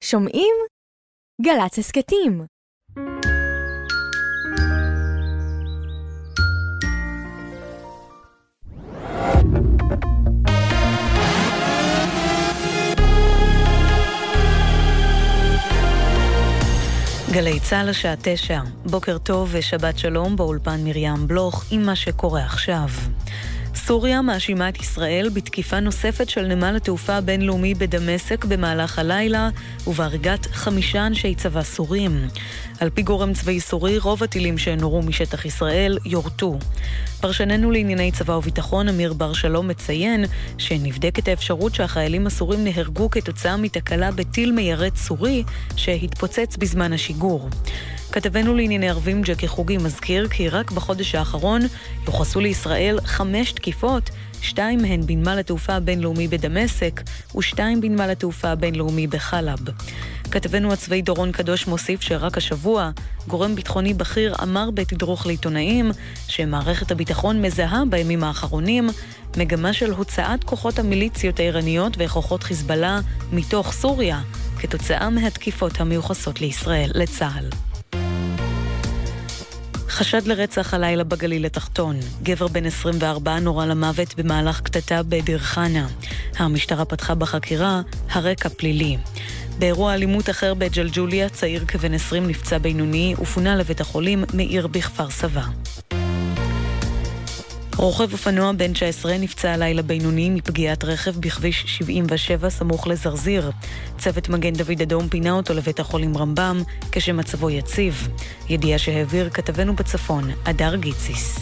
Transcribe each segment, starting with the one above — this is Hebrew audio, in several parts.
שומעים? גל"צ הסכתים. גלי צהל השעה 9, בוקר טוב ושבת שלום, באולפן מרים בלוך עם מה שקורה עכשיו. סוריה מאשימה את ישראל בתקיפה נוספת של נמל התעופה הבינלאומי בדמשק במהלך הלילה, ובהריגת 5 אנשי צבא סורים. על פי גורם צבאי סורי, רוב הטילים שנורו משטח ישראל יורטו. פרשננו לענייני צבא וביטחון אמיר בר שלום מציין שנבדקת האפשרות שהחיילים הסורים נהרגו כתוצאה מתקלה בטיל מיירט סורי שהתפוצץ בזמן השיגור. כתבנו לענייני ערבים ג'קי חוגי מזכיר כי רק בחודש האחרון יוחסו לישראל 5 תקיפות, 2 מהן בנמל התעופה הבינלאומי בדמשק ו2 בנמל התעופה הבינלאומי בחלב. כתבנו הצבאי דורון קדוש מוסיף שרק השבוע גורם ביטחוני בכיר אמר בתדרוך לעיתונאים שמערכת הביטחון מזהה בימים האחרונים מגמה של הוצאת כוחות המיליציות האיראניות וכוחות חיזבאללה מתוך סוריה כתוצאה מהתקיפות המיוחסות לישראל לצה"ל. חשד לרצח הלילה בגליל התחתון. גבר בן 24 נורה למוות במהלך קטטה בדיר חנה. המשטרה פתחה בחקירה, הרקע פלילי. באירוע אלימות אחר בג'לג'וליה, צעיר כבן 20 נפצע בינוני ופונה לבית החולים מאיר בכפר סבא. רוכב אופנוע בן 19 נפצע הלילה בינוני מפגיעת רכב בכביש 77 סמוך לזרזיר. צוות מגן דוד אדום פינה אותו לבית החולים רמב"ם כשמצבו יציב. ידיעה שהעביר כתבנו בצפון, אדר גיציס.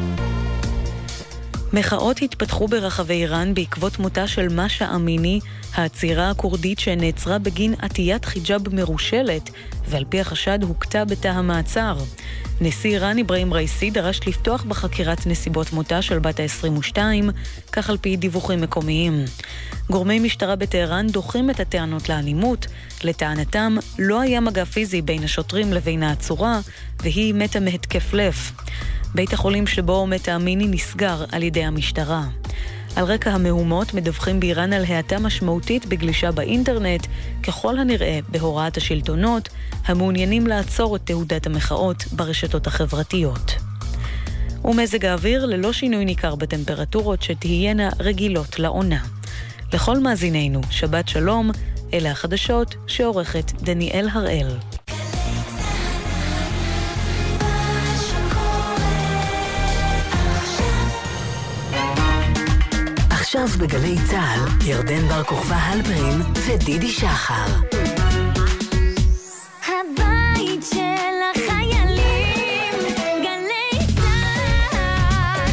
מחאות התפתחו ברחבי איראן בעקבות מותה של מאשה אמיני, הצעירה הקורדית שנעצרה בגין עטיית חיג'אב מרושלת, ועל פי החשד הוקטה בתא המעצר. נשיא איראן אברהים ראיסי דרש לפתוח בחקירת נסיבות מותה של בת ה-22, כך על פי דיווחים מקומיים. גורמי משטרה בטהרן דוחים את הטענות לאלימות. לטענתם לא היה מגע פיזי בין השוטרים לבין העצורה, והיא מתה מהתקף לב. בית החולים שבו מתה אמיני נסגר על ידי המשטרה. על רקע המהומות מדווחים באיראן על האטה משמעותית בגלישה באינטרנט, ככל הנראה בהוראת השלטונות, המעוניינים לעצור את תהודת המחאות ברשתות החברתיות. ומזג האוויר ללא שינוי ניכר בטמפרטורות שתהיינה רגילות לעונה. לכל מאזינינו, שבת שלום, אלה החדשות שעורכת דניאל הראל. עכשיו בגלי צהל, ירדן בר כוכבא הלפרין ודידי שחר. הבית של החיילים, גלי צהל.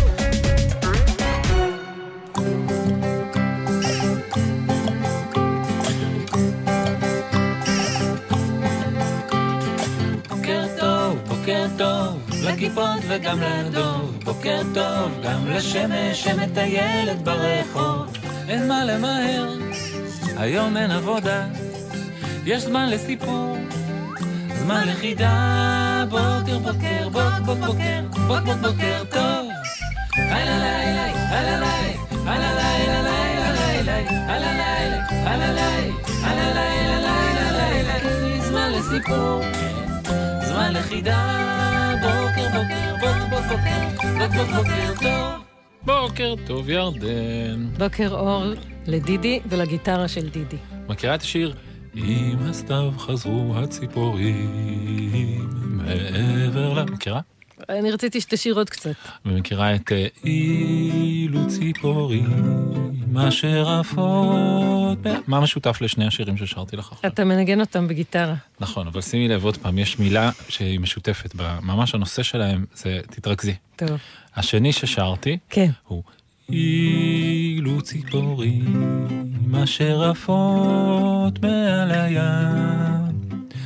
בוקר טוב, בוקר טוב, לכיפות וגם לדוב. בוקר טוב, גם לשמש שמטיילת ברחוב. אין מה למהר, היום אין עבודה, יש זמן לסיפור, זמן לחידה. בוקר בוקר, בוק בוקר, בוק בוקר טוב. הלא לילה, הלא לילה, הלא לילה, לילה לילה, הלא לילה, הלא לילה, הלא לילה, לילה לילה. זמן לסיפור, זמן לחידה. בוקר בוקר, בוק בוקר, בוק בוקר טוב. בוקר טוב ירדן. בוקר אור לדידי ולגיטרה של דידי. מכירה את השיר? עם הסתיו חזרו הציפורים מעבר לה. מכירה? אני רציתי שתשיר עוד קצת. ומכירה את אילו ציפורים אשר עפות. מה משותף לשני השירים ששרתי לך עכשיו? אתה מנגן אותם בגיטרה. נכון, אבל שימי לב עוד פעם, יש מילה שהיא משותפת בה. ממש הנושא שלהם זה תתרכזי. טוב. השני ששרתי כן. הוא אילו ציפורים אשר עפות מעל הים,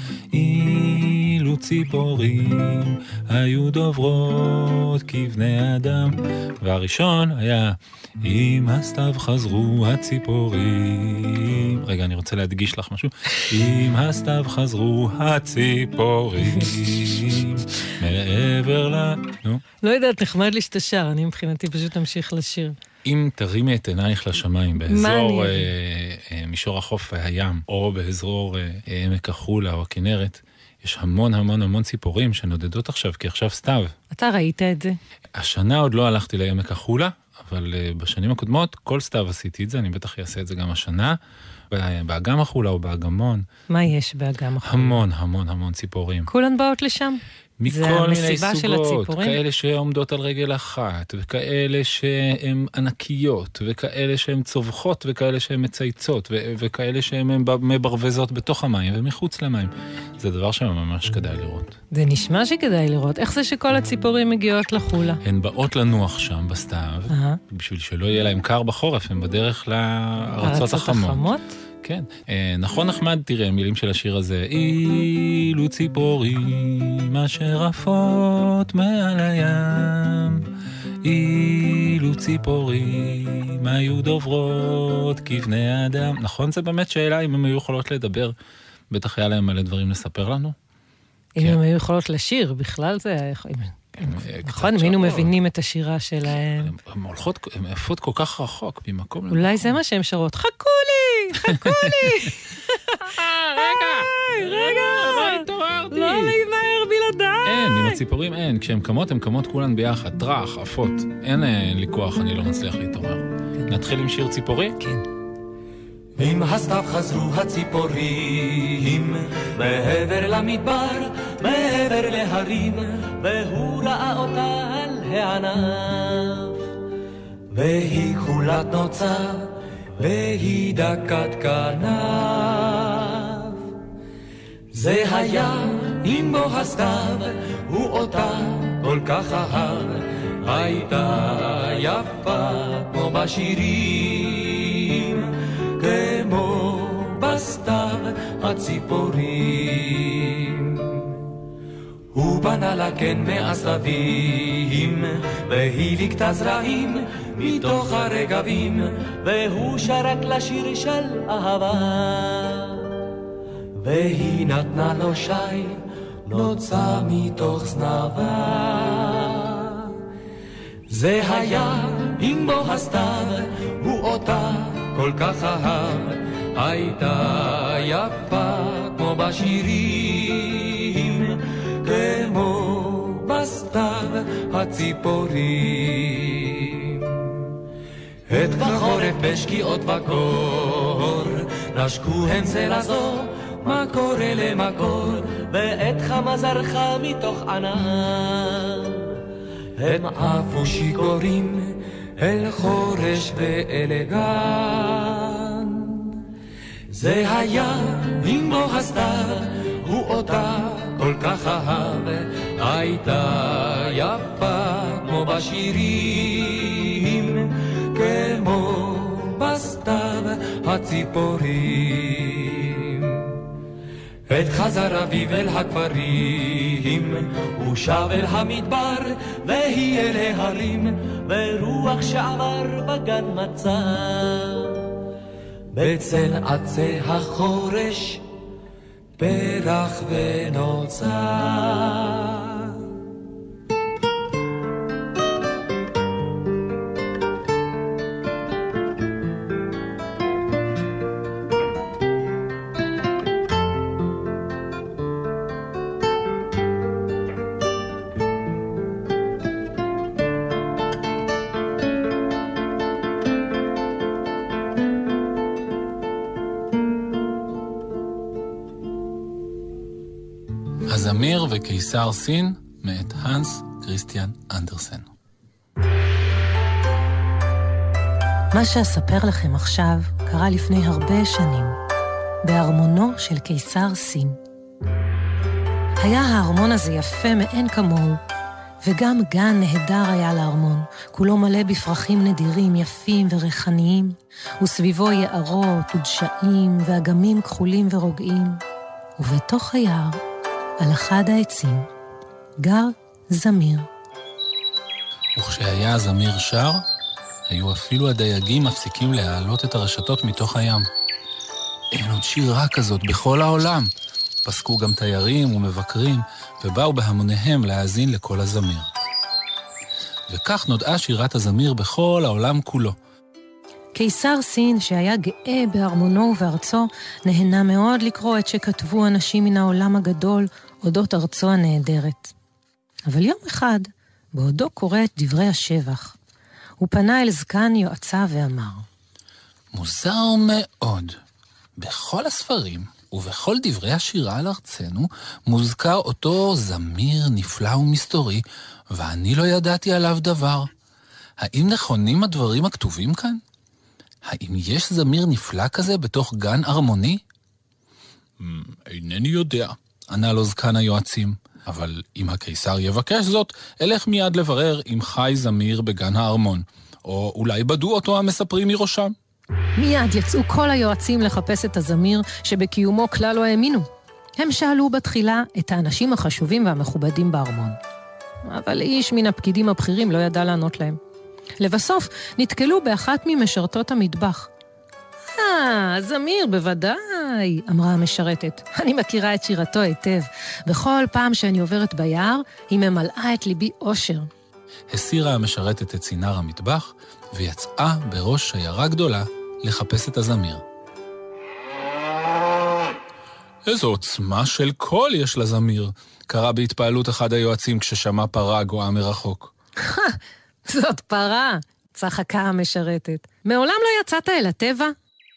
אילו ציפורים היו דוברות כבני אדם. והראשון היה עם הסתיו חזרו הציפורים. רגע, אני רוצה להדגיש לך משהו. עם הסתיו חזרו הציפורים מעבר לה. לא יודעת, נחמד לי שאתה שר, אני מבחינתי פשוט אמשיך לשיר. אם תרימי את עינייך לשמיים באזור מישור החוף והים, או באזור עמק החולה או הכנרת, יש המון המון המון ציפורים שנודדות עכשיו, כי עכשיו סתיו. אתה ראית את זה? השנה עוד לא הלכתי לעמק החולה, אבל בשנים הקודמות כל סתיו עשיתי את זה, אני בטח אעשה את זה גם השנה, באגם החולה או באגמון. מה יש באגם החולה? המון המון המון ציפורים. כולן באות לשם? מכל מיני סוגות, כאלה שעומדות על רגל אחת, וכאלה שהן ענקיות, וכאלה שהן צווחות, וכאלה שהן מצייצות, וכאלה שהן מברווזות בתוך המים ומחוץ למים. זה דבר שממש כדאי לראות. זה נשמע שכדאי לראות. איך זה שכל הציפורים מגיעות לחולה? הן באות לנוח שם בסתיו, בשביל שלא יהיה להם קר בחורף, הן בדרך לארצות החמות. כן. נכון נחמד, תראה, מילים של השיר הזה. אילו ציפורים אשר עפות מעל הים, אילו ציפורים היו דוברות כבני אדם. נכון, זה באמת שאלה אם הם היו יכולות לדבר. בטח היה להם מלא דברים לספר לנו. אם הם היו יכולות לשיר, בכלל זה היה יכול... נכון, אם היינו מבינים את השירה שלהם. הן עפות כל כך רחוק ממקום למקום. אולי זה מה שהן שרות. חכו לי! חכו לי! רגע! לא להימהר בלעדיי! אין, עם הציפורים אין. כשהן קמות, הן קמות כולן ביחד. טרח, עפות. אין לי כוח, אני לא מצליח להתעורר. נתחיל עם שיר ציפורי? כן. עם הסתיו חזרו הציפורים מעבר למדבר, מעבר להרים, והוא ראה אותה על הענף, והיא כולת נוצה והיא דקת כנף. זה היה עם בו הסתיו, הוא אותה כל כך אהב, הייתה יפה כמו בשירים, כמו בסתיו הציפורים. הוא בנה לה כן מעשבים, והיא לקטה זרעים מתוך הרגבים, והוא שרק לשיר של אהבה, והיא נתנה לו שי נוצה מתוך זנבה. זה היה עם בו הסתיו, הוא אותה כל כך אהב, הייתה יפה כמו בשירים, כמו בסתיו הציפורים. את בחורף בשקיעות וקור נשקו הן זה לזו מקור אלה מקור, ואת חמה זרחה מתוך ענן, הם עפו שיכורים אל חורש ואל גן. זה היה עם בו הסתיו, הוא אותה כל כך אהב, הייתה יפה כמו בשירים, כמו בסתיו הציפורים. את חזר אביב אל הכפרים, הוא שב אל המדבר, והיא אל ההרים, ורוח שעבר בגן מצא, בצל עצי החורש פרח ונוצר. הזמיר וקיסר סין מאת הנס כריסטיאן אנדרסן. מה שאספר לכם עכשיו קרה לפני הרבה שנים, בארמונו של קיסר סין. היה הארמון הזה יפה מאין כמוהו, וגם גן נהדר היה לארמון, כולו מלא בפרחים נדירים יפים וריחניים, וסביבו יערות ודשאים ואגמים כחולים ורוגעים, ובתוך היער, על אחד העצים, גר זמיר. וכשהיה הזמיר שר, היו אפילו הדייגים מפסיקים להעלות את הרשתות מתוך הים. אין עוד שירה כזאת בכל העולם. פסקו גם תיירים ומבקרים, ובאו בהמוניהם להאזין לכל הזמיר. וכך נודעה שירת הזמיר בכל העולם כולו. קיסר סין, שהיה גאה בארמונו ובארצו, נהנה מאוד לקרוא את שכתבו אנשים מן העולם הגדול אודות ארצו הנהדרת. אבל יום אחד, בעודו קורא את דברי השבח, הוא פנה אל זקן יועצה ואמר, מוזר מאוד. בכל הספרים ובכל דברי השירה על ארצנו מוזכר אותו זמיר נפלא ומסתורי, ואני לא ידעתי עליו דבר. האם נכונים הדברים הכתובים כאן? האם יש זמיר נפלא כזה בתוך גן ארמוני? אינני יודע, ענה לו זקן היועצים, אבל אם הקיסר יבקש זאת, אלך מיד לברר אם חי זמיר בגן הארמון, או אולי בדו אותו המספרים מראשם. מיד יצאו כל היועצים לחפש את הזמיר שבקיומו כלל לא האמינו. הם שאלו בתחילה את האנשים החשובים והמכובדים בארמון. אבל איש מן הפקידים הבכירים לא ידע לענות להם. לבסוף נתקלו באחת ממשרתות המטבח. זמיר, בוודאי, אמרה המשרתת. אני מכירה את שירתו היטב. בכל פעם שאני עוברת ביער, היא ממלאה את ליבי אושר. הסירה המשרתת את צינר המטבח, ויצאה בראש שיירה גדולה לחפש את הזמיר. איזו עוצמה של קול יש לזמיר, קרא בהתפעלות אחד היועצים כששמע פרה גואה מרחוק. זאת פרה, צחקה המשרתת. מעולם לא יצאת אל הטבע?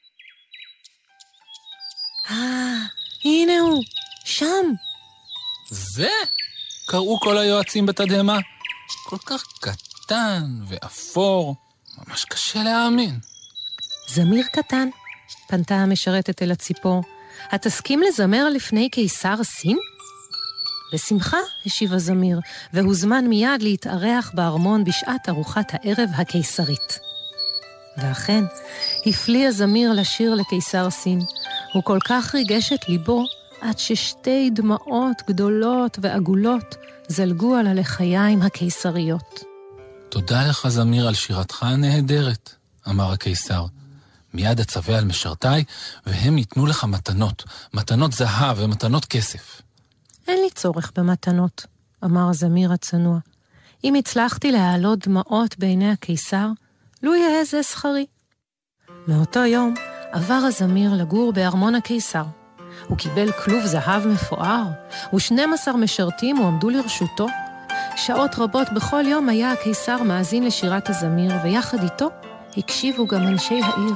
הנה הוא, שם. זה? קראו כל היועצים בתדהמה. כל כך קטן ואפור, ממש קשה להאמין. זמיר קטן, פנתה המשרתת אל הציפור. התסכים לזמר לפני קיסר סין? בשמחה, השיב הזמיר, והוזמן מיד להתארח בארמון בשעת ארוחת הערב הקיסרית. ואכן, הפליא הזמיר לשיר לקיסר סין. הוא כל כך ריגש את ליבו, עד ששתי דמעות גדולות ועגולות זלגו על הלחיים הקיסריות. תודה לך זמיר על שירתך הנהדרת, אמר הקיסר. מיד אצווה על משרתיי, והם ייתנו לך מתנות, מתנות זהב ומתנות כסף. אין לי צורך במתנות, אמר הזמיר הצנוע. אם הצלחתי להעלות דמעות בעיני הקיסר, לו יהיה זה שכרי. מאותו יום עבר הזמיר לגור בארמון הקיסר. הוא קיבל כלוב זהב מפואר, ו12 משרתים הועמדו לרשותו. שעות רבות בכל יום היה הקיסר מאזין לשירת הזמיר, ויחד איתו הקשיבו גם אנשי העיר.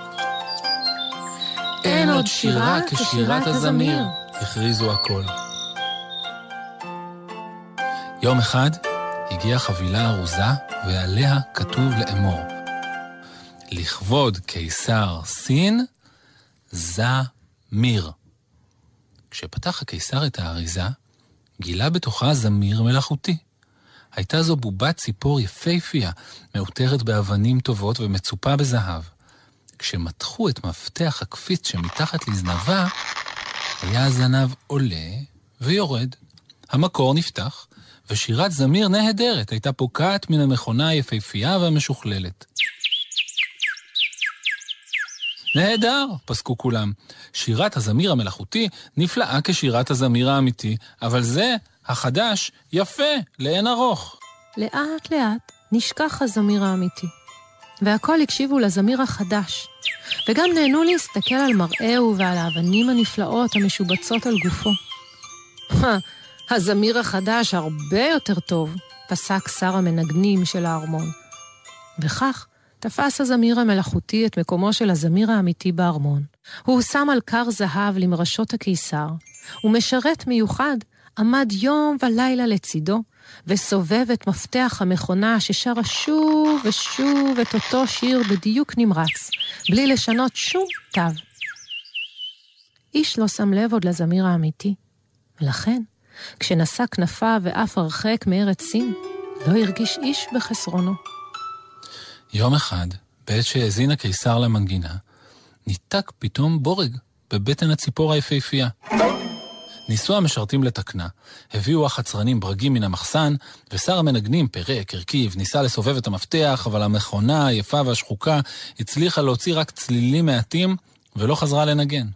אין עוד שירה כשירת הזמיר, הכריזו הכל. יום אחד הגיעה חבילה ארוזה, ועליה כתוב לאמור, לכבוד קיסר סין, זמיר. כשפתח הקיסר את האריזה, גילה בתוכה זמיר מלאכותי. הייתה זו בובת ציפור יפהפייה, מאותרת באבנים טובות ומצופה בזהב. כשמתחו את מפתח הקפיץ שמתחת לזנבה, היה הזנב עולה ויורד. המקור נפתח, ושירת זמיר נהדרת הייתה פוקעת מן המכונה היפהפייה והמשוכללת. נהדר, פסקו כולם. שירת הזמיר המלאכותי נפלאה כשירת הזמיר האמיתי, אבל זה, החדש, יפה, לאין ארוך. לאט לאט נשכח הזמיר האמיתי, והכל הקשיבו לזמיר החדש, וגם נהנו להסתכל על מראהו ועל האבנים הנפלאות המשובצות על גופו. הזמיר החדש הרבה יותר טוב, פסק שר המנגנים של הארמון. וכך תפס הזמיר המלאכותי את מקומו של הזמיר האמיתי בארמון. הוא שם על קר זהב למרשות הקיסר, ומשרת מיוחד עמד יום ולילה לצידו, וסובב את מפתח המכונה ששרה שוב ושוב את אותו שיר בדיוק נמרץ, בלי לשנות שום תו. איש לא שם לב עוד לזמיר האמיתי, ולכן, כשנשא כנפיו ואף הרחק מארץ סין, לא הרגיש איש בחסרונו. יום אחד, בעת שהזין הקיסר למנגינה, ניתק פתאום בורג בבטן הציפור היפהפייה. ניסו המשרתים לתקנה, הביאו החצרנים ברגים מן המחסן, ושר המנגנים פרק, הרכיב, ניסה לסובב את המפתח, אבל המכונה היפה והשחוקה הצליחה להוציא רק צלילים מעטים, ולא חזרה לנגן.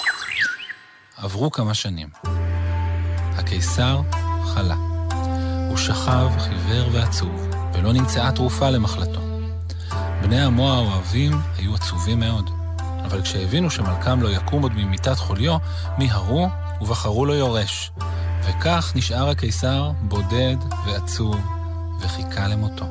עברו כמה שנים. הקיסר חלה. הוא שכב, חיוור ועצוב, ולא נמצאה תרופה למחלתו. בני עמו האוהבים היו עצובים מאוד, אבל כשהבינו שמלכם לא יקום עוד ממיטת חוליו, מיהרו ובחרו לו יורש, וכך נשאר הקיסר בודד ועצוב וחיכה למותו.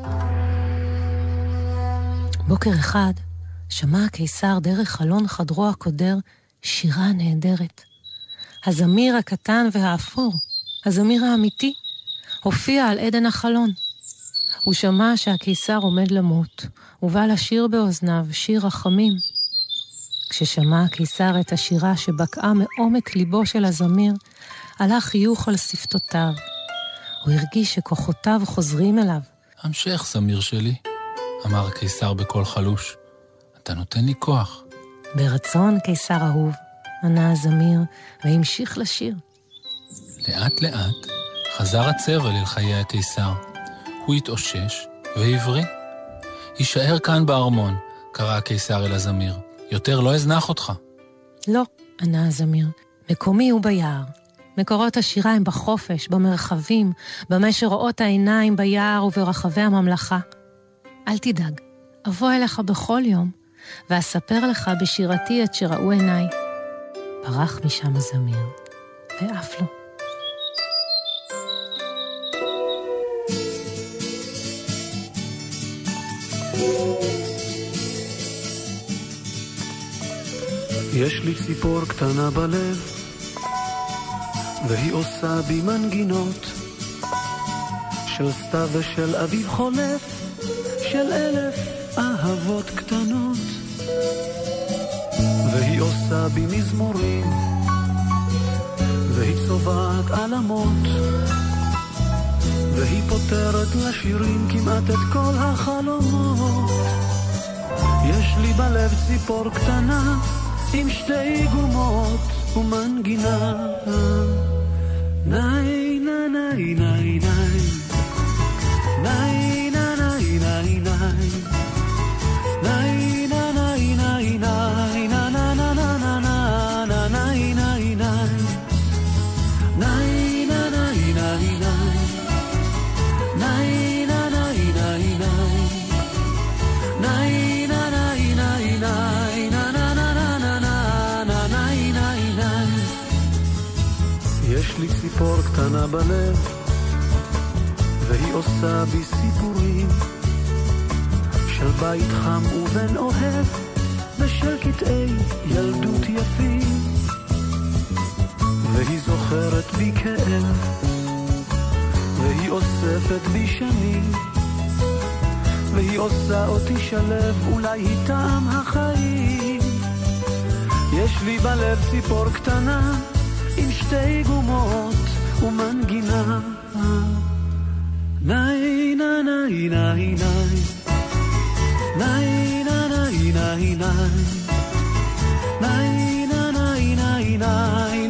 בוקר אחד שמע הקיסר דרך חלון חדרו הקודר שירה נהדרת. הזמיר הקטן והאפור, הזמיר האמיתי, הופיע על עדן החלון. הוא שמע שהקיסר עומד למות, ובא לשיר באוזניו שיר רחמים. כששמע הקיסר את השירה שבקעה מעומק ליבו של הזמיר, עלה חיוך על שפתותיו. הוא הרגיש שכוחותיו חוזרים אליו. המשך, זמיר שלי, אמר הקיסר בקול חלוש. אתה נותן לי כוח. ברצון, קיסר אהוב, ענה הזמיר, והמשיך לשיר. לאט לאט חזר הצבע אל חיי הקיסר. הוא התאושש והבריא. יישאר כאן בארמון, קרא הקיסר אל הזמיר. יותר לא אזנח אותך. לא, ענה הזמיר. מקומי הוא ביער. מקורות השירה הם בחופש, במרחבים, במה שרואות העיניים ביער וברחבי הממלכה. אל תדאג, אבוא אליך בכל יום, ואספר לך בשירתי את שראו עיניי. פרח משם הזמיר, ואף לו. יש לי ציפור קטנה בלב, והיא עושה בי מנגינות של סתיו ושל אביב חולף, של 1000 אהבות קטנות. והיא עושה בי מזמורים, והיא צובעת עלמות, והיא פותרת לשירים כמעט את כל החלומות. יש לי בלב ציפור קטנה עם 2 גומות ומנגינה. ניי ניי ניי ניי ניי ניי ניי ניי ניי ניי ניי ניי ניי ניי יש לי ציפור קטנה בלב, והיא עושה בי סיפורים של בית חם ובן אוהב, ושל קטעי ילדות יפים. והיא זוכרת בי כאב, והיא אוספת בי שנים, והיא עושה אותי שלב, אולי היא טעם החיים. יש לי בלב ציפור קטנה עם 2 גומות ומנגינה. ניי ניי ניי ניי ניי ניי ניי ניי ניי ניי ניי ניי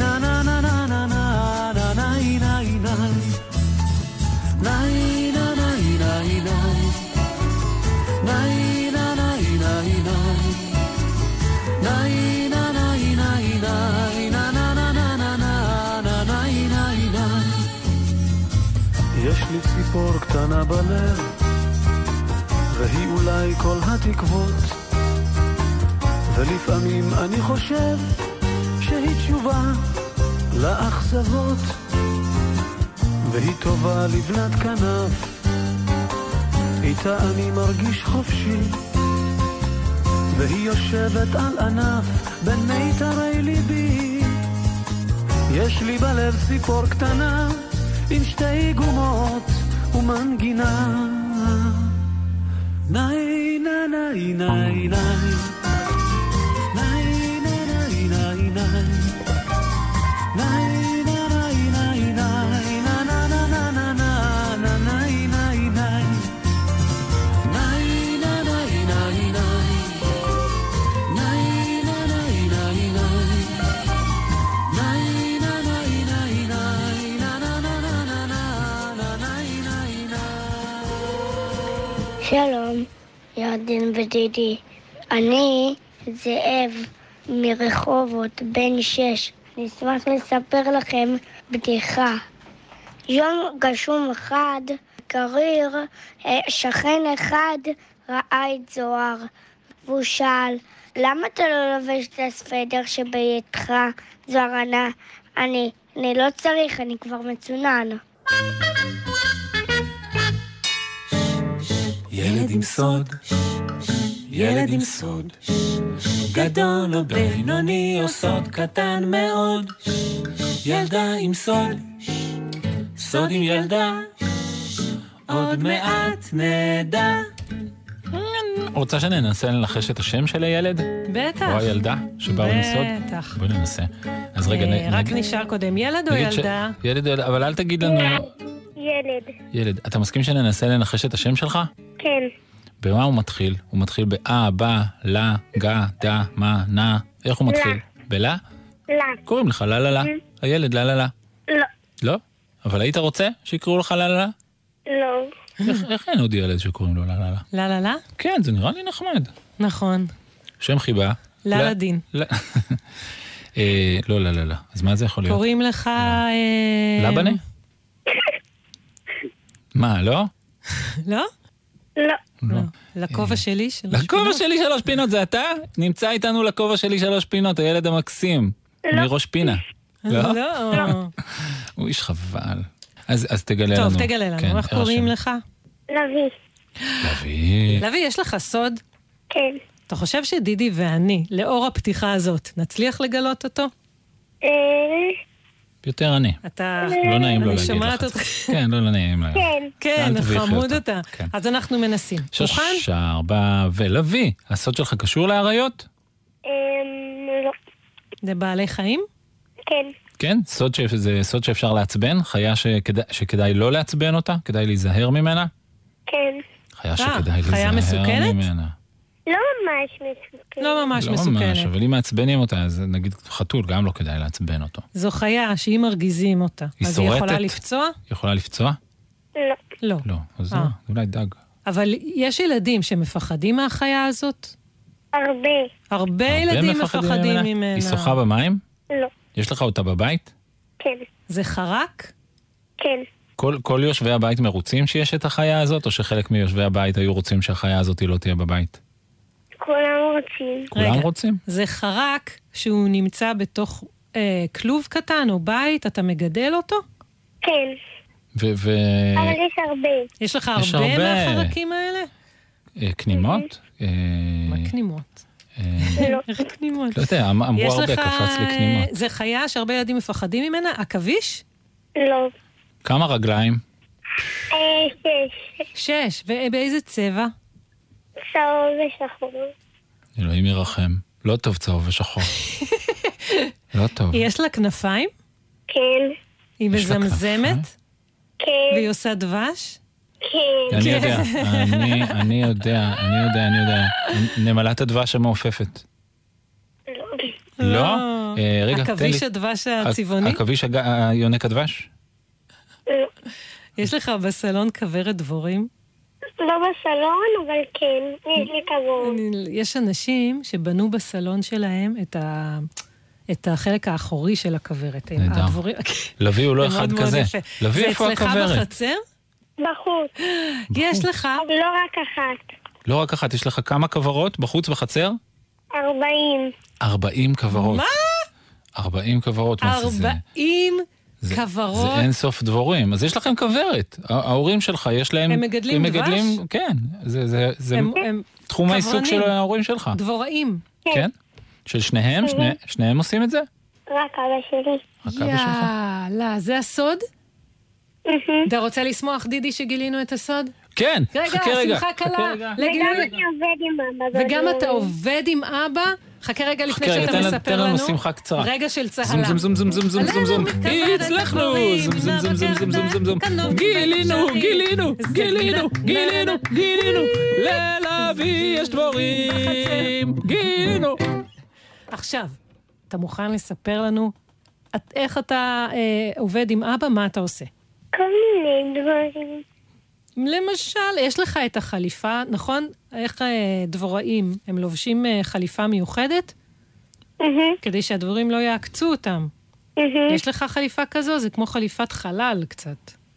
יש לי ציפור קטנה בלב, והיא אולי כל התקוות, ולפעמים אני חושב שהיא תשובה לאכזבות, והיא טובה לבנת כנף, איתה אני מרגיש חופשי, והיא יושבת על ענף בין מיתרי ליבי. יש לי בלב ציפור קטנה עם 2 גומות ומנגינה. ניי ניי ניי ניי שלום, ירדן ודידי. אני זאב מרחובות, בן 6. נשמח לספר לכם בדיחה. יום גשום אחד, קריר, שכן אחד ראה את זוהר, והוא שאל, למה אתה לא לובש את הסוודר שביתך? זוהר ענה, אני לא צריך, אני כבר מצונן. ילד עם סוד, ילד עם סוד, גדול או בינוני או סוד קטן מאוד. ילדה עם סוד, סוד עם ילדה, עוד מעט נדע. רוצה שננסה לנחש את השם של הילד? בטח. או הילדה שבאו עם סוד? בטח. בואי ננסה. אז רגע, רק נשאר קודם, ילד או ילדה? ילד, אבל אל תגיד לנו... ילד. ילד. אתה מסכים שננסה לנחש את השם שלך? כן. במה הוא מתחיל? הוא מתחיל בא, בא, לה, גה, דה, מה, נא. איך הוא מתחיל? בלה? לה. קוראים לך לה לה לה. הילד לה לה לה. לא. לא? אבל היית רוצה שיקראו לך לה לה לה? לא. איך אין עוד ילד שקוראים לו לה לה לה? לה לה לה? כן, זה נראה לי נחמד. נכון. שם חיבה. לה לדין. לא לה לה לה. אז מה זה יכול להיות? קוראים לך... לבנה? מה, לא? לא? לא. לא. לכובע שלי 3 פינות? לכובע שלי 3 פינות, זה אתה? נמצא איתנו לכובע שלי 3 פינות, הילד המקסים. מראש פינה. לא? לא. הוא איש חבל. אז תגלה לנו. טוב, תגלה לנו. איך קוראים לך? לוי. לוי, יש לך סוד? כן. אתה חושב שדידי ואני, לאור הפתיחה הזאת, נצליח לגלות אותו? יותר אני. אתה... לא נעים לו אני להגיד שומעת לך. אותך. כן, לא נעים לה. כן. כן, חמוד אותה. כן. אז אנחנו מנסים. מוכן? 6, 4 ולוי. הסוד שלך קשור לאריות? לא. זה בעלי חיים? כן. כן? זה סוד שאפשר לעצבן? חיה שכדאי לא לעצבן אותה? כדאי להיזהר ממנה? כן. חיה שכדאי חיה להיזהר מסוכנת? ממנה. לא ממש מסוכנת. לא ממש לא מסוכנת. ממש, אבל אם מעצבנים אותה, אז נגיד חתול, גם לא כדאי לעצבן אותו. זו חיה שאם מרגיזים אותה, היא אז היא יכולה שורטת? לפצוע? יכולה לפצוע? לא. לא. לא, אז לא, אולי דג. אבל יש ילדים שמפחדים מהחיה הזאת? הרבה. הרבה ילדים מפחדים ממנה. היא שוחה במים? לא. יש לך אותה בבית? כן. זה חרק? כן. כל יושבי הבית מרוצים שיש את החיה הזאת, או שחלק מיושבי הבית היו רוצים שהחיה הזאת לא תהיה בבית? כולם רוצים. כולם רוצים? זה חרק שהוא נמצא בתוך כלוב קטן או בית, אתה מגדל אותו? כן. אבל יש הרבה. יש לך הרבה מהחרקים האלה? קנימות? מה קנימות? איך קנימות? לא יודע, אמרו הרבה, קפץ לי קנימות. זה חיה שהרבה ילדים מפחדים ממנה? עכביש? לא. כמה רגליים? 6. 6. ובאיזה צבע? צהוב ושחור. אלוהים ירחם. לא טוב צהוב ושחור. לא טוב. יש לה כנפיים? כן. היא מזמזמת? כן. והיא עושה דבש? כן. אני יודע. נמלת הדבש המעופפת. לא? רגע, תן לי. עכביש הדבש הצבעוני? עכביש יונק הדבש? יש לך בסלון כוורת דבורים? לא בסלון, אבל כן, יש לי כבוד. יש אנשים שבנו בסלון שלהם את החלק האחורי של הכוורת. נהדר. לוי הוא לא אחד כזה. לוי איפה הכוורת? זה אצלך בחצר? בחוץ. יש לך... לא רק אחת. לא רק אחת, יש לך כמה כוורות בחוץ בחצר? 40. 40 כוורות. מה? 40 כוורות, מה זה? 40 כוורות? זה אין סוף דבורים. אז יש לכם כוורת. ההורים שלך, יש להם... הם מגדלים דבש? כן. זה תחום העיסוק של ההורים שלך. דבוראים. כן? של שניהם? שניהם עושים את זה? רק אבא שלי. רק אבא שלך? יאללה, זה הסוד? אתה רוצה לשמוח, דידי, שגילינו את הסוד? כן, חכה רגע. שמחה קלה. וגם אני עובד עם אבא. וגם אתה עובד עם אבא? חכה רגע לפני שאתה מספר לנו. תן לנו שמחה קצרה. רגע של צהלה. זום זום זום זום זום זום זום. הצלחנו. זום זום זום זום זום זום זום. גילינו. ללוי יש דבורים. גילינו. עכשיו, אתה מוכן לספר לנו איך אתה עובד עם אבא? מה אתה עושה? כל מיני דברים. למשל, יש לך את החליפה, נכון? איך דבוראים, הם לובשים חליפה מיוחדת? כדי שהדבורים לא יעקצו אותם. יש לך חליפה כזו? זה כמו חליפת חלל קצת.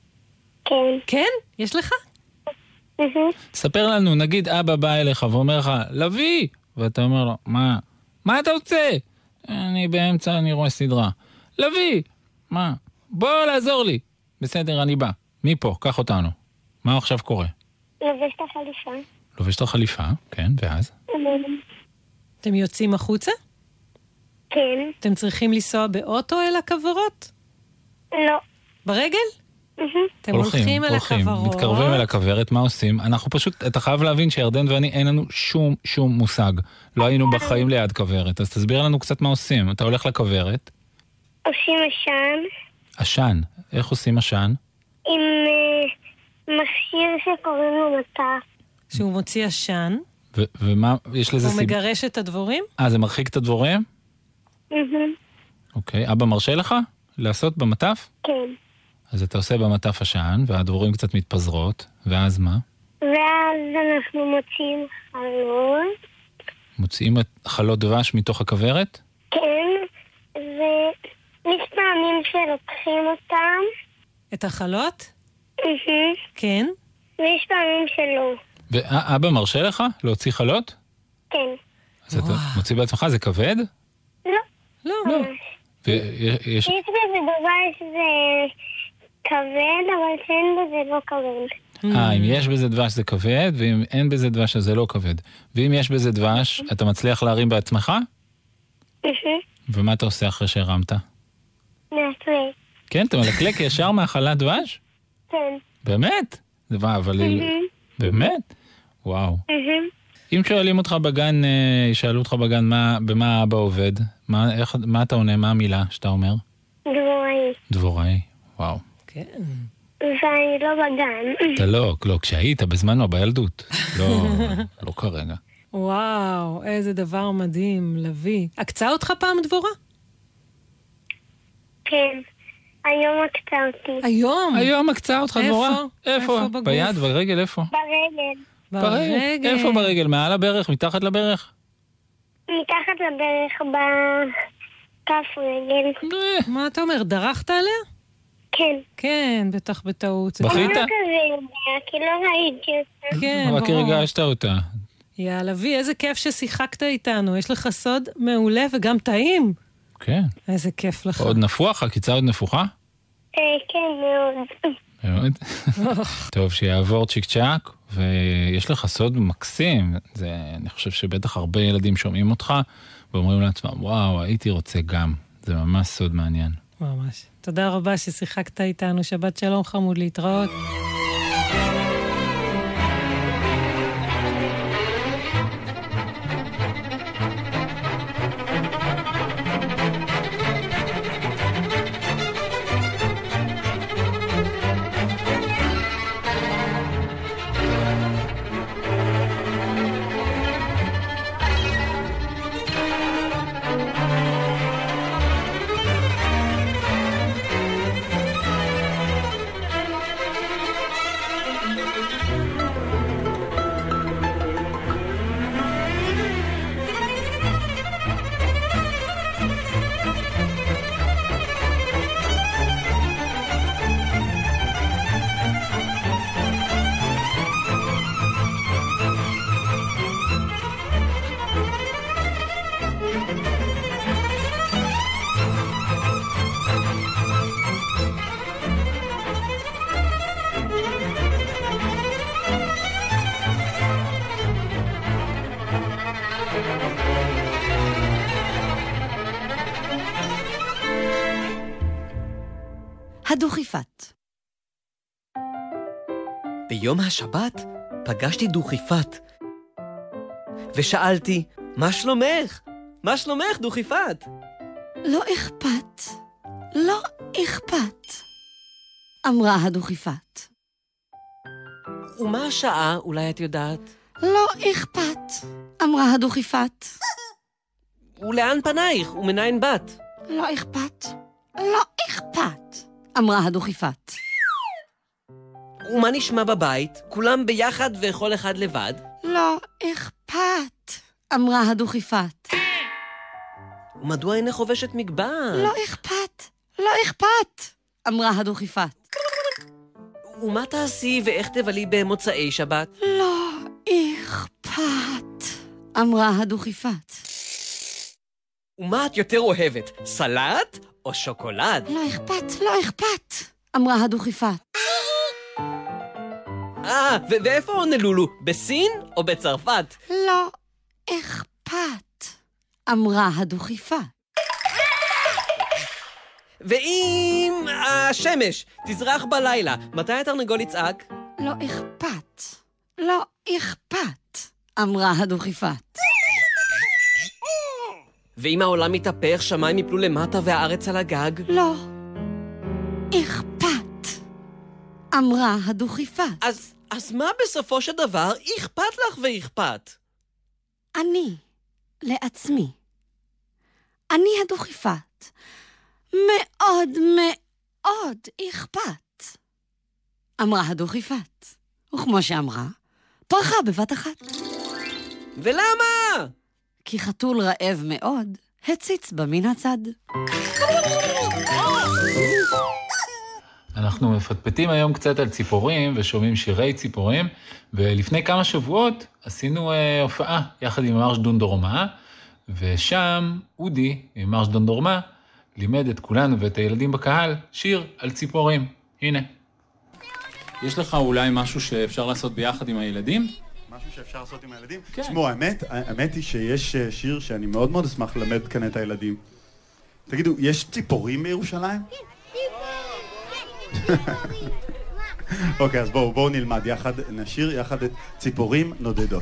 כן. כן? יש לך? ספר לנו, נגיד אבא בא אליך ואומר לך, לוי! ואתה אומר לו, מה אתה רוצה? אני באמצע, אני רואה סדרה. לוי! מה? בוא לעזור לי. בסדר, אני בא. מי פה? קח אותנו. מה עכשיו קורה? לובש את החליפה. לובש את החליפה, כן, ואז? אתם יוצאים החוצה? כן. אתם צריכים לנסוע באוטו אל הכוורות? לא. ברגל? אתם הולכים אל הכוורות. מתקרבים אל הכוורת, מה עושים? אנחנו פשוט, אתה חייב להבין שירדן ואני אין לנו שום מושג. לא היינו בחיים ליד כוורת, אז תסביר לנו קצת מה עושים. אתה הולך לכוורת? עושים עשן. עשן? איך עושים עשן? עם מכשיר שקוראים לו מטף. שהוא מוציא עשן. ומה, יש לזה הוא מגרש את הדבורים? זה מרחיק את הדבורים? אוקיי, אבא מרשה לך לעשות במטף? כן. אז אתה עושה במטף עשן, והדבורים קצת מתפזרות, ואז מה? ואז אנחנו מוציאים חלות. מוציאים חלות דבש מתוך הכוורת? כן, ויש פעמים שלוקחים אותם. את החלות? כן. ויש פעמים שלא. ואבא מרשה לך להוציא חלות? כן. אז אתה מוציא בעצמך, זה כבד? לא. יש בזה דבש זה כבד, אבל שאין בזה לא כבד. אם יש בזה דבש זה כבד, ואם אין בזה דבש אז זה לא כבד. ואם יש בזה דבש, אתה מצליח להרים בעצמך? ומה אתה עושה אחרי שהרמת? מלקלק. כן, אתה מלקלק ישר מהחלת דבש? כן. באמת? אבל באמת? וואו. אם שואלים אותך בגן, ישאלו אותך בגן במה אבא עובד, מה אתה עונה, מה המילה שאתה אומר? דבוראי. דבוראי, וואו. כן. ואני לא בגן. אתה לא, כשהיית בזמנו, בילדות. לא כרגע. וואו, איזה דבר מדהים, לוי. הקצה אותך פעם דבורה? כן. היום הקצה אותי. היום הקצה אותך דבורה? איפה? בגוף? ביד, ברגל, איפה? ברגל. איפה ברגל? מעל הברך? מתחת לברך? מתחת לברך בכף רגל. מה אתה אומר? דרכת עליה? כן. כן, בטח בטעות. בכית? אני לא כזה יודע, כי לא ראיתי אותה. כן, רק הרגשת אותה. יאללה, וי, איזה כיף ששיחקת איתנו. יש לך סוד מעולה וגם טעים. כן. איזה כיף לך. עוד נפוח? הקיצה עוד נפוחה? כן, מאוד. טוב, שיעבור צ'יק צ'ק, ויש לך סוד מקסים. אני חושב שבטח הרבה ילדים שומעים אותך, ואומרים לעצמם, וואו, הייתי רוצה גם. זה ממש סוד מעניין. ממש. תודה רבה ששיחקת איתנו. שבת שלום חמוד, להתראות. הדוכיפת. ביום השבת פגשתי דוכיפת ושאלתי, מה שלומך? מה שלומך, דוכיפת? לא אכפת, לא אכפת, אמרה הדוכיפת. ומה השעה, אולי את יודעת? לא אכפת, אמרה הדוכיפת. ולאן פנייך ומניין באת? לא אכפת, לא אכפת, אמרה הדוכיפת. ומה נשמע בבית? כולם ביחד וכל אחד לבד? לא אכפת, אמרה הדוכיפת. ומדוע אינך חובשת מגבעת? לא אכפת, לא אכפת, אמרה הדוכיפת. ומה תעשי ואיך תבלי במוצאי שבת? לא אכפת, אמרה הדוכיפת. ומה את יותר אוהבת, סלט או שוקולד? לא אכפת, לא אכפת, אמרה הדוכיפת. ואיפה הונולולו? בסין או בצרפת? לא אכפת, אמרה הדוכיפת. ואם השמש תזרח בלילה, מתי התרנגול יצעק? לא אכפת, לא אכפת, אמרה הדוכיפת. ואם העולם מתהפך, שמיים יפלו למטה והארץ על הגג? לא אכפת, אמרה הדוכיפת. אז מה בסופו של דבר אכפת לך ואכפת? אני, לעצמי. אני הדוכיפת. מאוד מאוד אכפת, אמרה הדוכיפת. וכמו שאמרה, פרחה בבת אחת. ולמה? כי חתול רעב מאוד הציץ בה מן הצד. אנחנו מפטפטים היום קצת על ציפורים ושומעים שירי ציפורים, ולפני כמה שבועות עשינו הופעה יחד עם מרש דונדורמה, ושם אודי ממרש דונדורמה לימד את כולנו ואת הילדים בקהל שיר על ציפורים. הנה. יש לך אולי משהו שאפשר לעשות ביחד עם הילדים? משהו שאפשר לעשות עם הילדים? כן. תשמעו, האמת היא שיש שיר שאני מאוד מאוד אשמח ללמד כאן את הילדים. תגידו, יש ציפורים בירושלים? אוקיי, אז בואו נלמד יחד, נשיר יחד את ציפורים נודדות.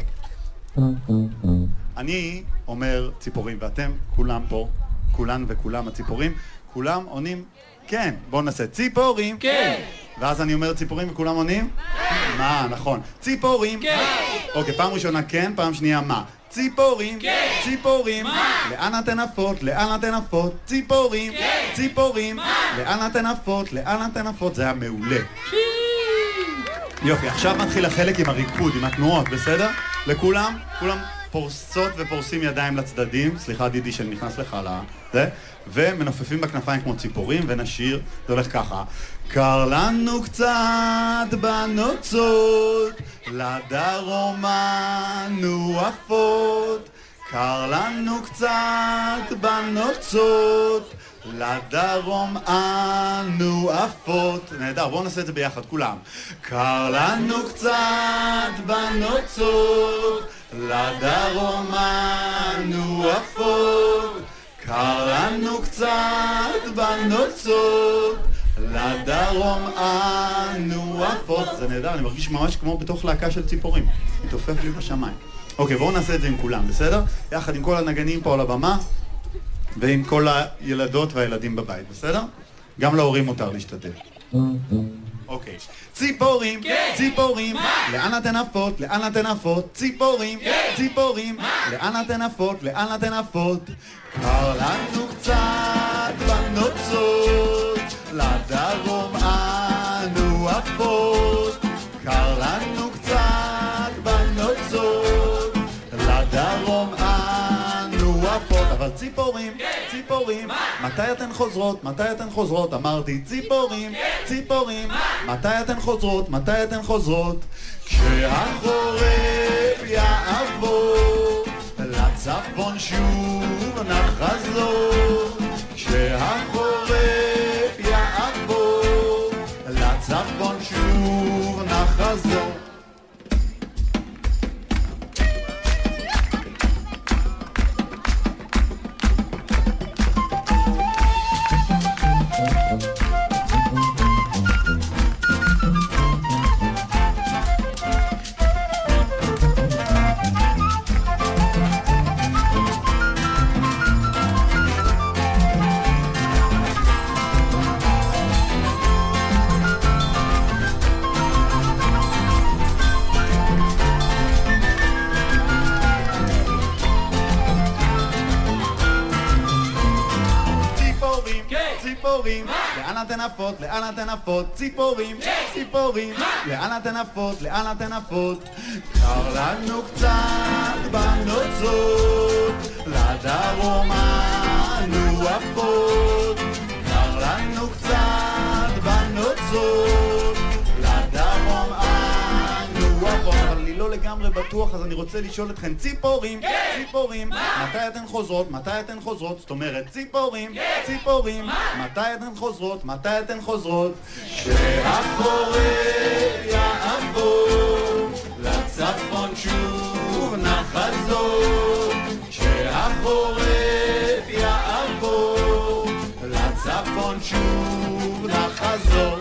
אני אומר ציפורים, ואתם כולם פה, כולן וכולם הציפורים, כולם עונים כן. בואו נעשה ציפורים. כן. ואז אני אומר ציפורים וכולם עונים? מה, נכון. ציפורים. כן. אוקיי, פעם ראשונה כן, פעם שנייה מה? ציפורים. כן. ציפורים. מה? לאן אתן עפות? לאן אתן עפות? ציפורים. כן. ציפורים. מה? לאן אתן עפות? לאן אתן עפות? זה היה מעולה. יופי, עכשיו מתחיל החלק עם הריקוד, עם התנועות, בסדר? לכולם, כולם פורסות ופורסים ידיים לצדדים, סליחה דידי שאני נכנס לך לזה, ומנופפים בכנפיים כמו ציפורים, ונשיר, זה הולך ככה. קר לנו קצת בנוצות, לדרום אנו עפות, קר לנו קצת בנוצות, לדרום אנו עפות. נהדר, בואו נעשה את זה ביחד, כולם. קר לנו קצת בנוצות, לדרום אנו עפות, קר לנו קצת בנוצות, לדרום אנו עפות. זה נהדר, אני מרגיש ממש כמו בתוך להקה של ציפורים, מתעופף לי בשמיים. אוקיי, בואו נעשה את זה עם כולם, בסדר? יחד עם כל הנגנים פה על הבמה ועם כל הילדות והילדים בבית, בסדר? גם להורים מותר להשתתף. אוקיי. ציפורים, ציפורים, לאן אתן עפות? לאן אתן עפות? ציפורים, ציפורים, לאן אתן עפות? לאן אתן עפות? קר לנו קצת בנוצות, לדרום אנו עפות, קר לנו קצת בנוצות, לדרום אנו עפות. אבל ציפורים, ציפורים, מתי אתן חוזרות? מתי אתן חוזרות? אמרתי ציפורים, ציפורים, מתי אתן חוזרות? מתי אתן חוזרות? כשהחורף יעבור, לצפון שוב נחזור. כשהחורף יעבור, לצפון שוב נחזור. ציפורים, לאן אתן עפות? לאן אתן עפות? ציפורים, ציפורים, לאן אתן עפות? לאן אתן עפות? קר לנו קצת בנוצות, לדרום אנו עפות, קר לנו קצת בנוצות, בטוח, אז אני רוצה לשאול אתכן, ציפורים, ציפורים, מתי אתן חוזרות, מתי אתן חוזרות? זאת אומרת, ציפורים, ציפורים, מתי אתן חוזרות, מתי אתן חוזרות? שהחורף יעבור, לצפון שוב נחזור, שהחורף יעבור, לצפון שוב נחזור.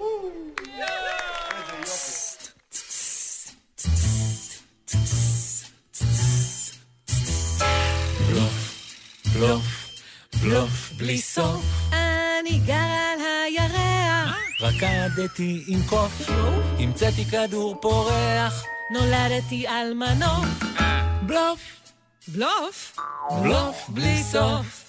בלוף, בלוף בלי סוף. אני גר על הירח, רקדתי עם קוף, המצאתי כדור פורח, נולדתי על מנוף. בלוף, בלוף? בלוף בלי סוף.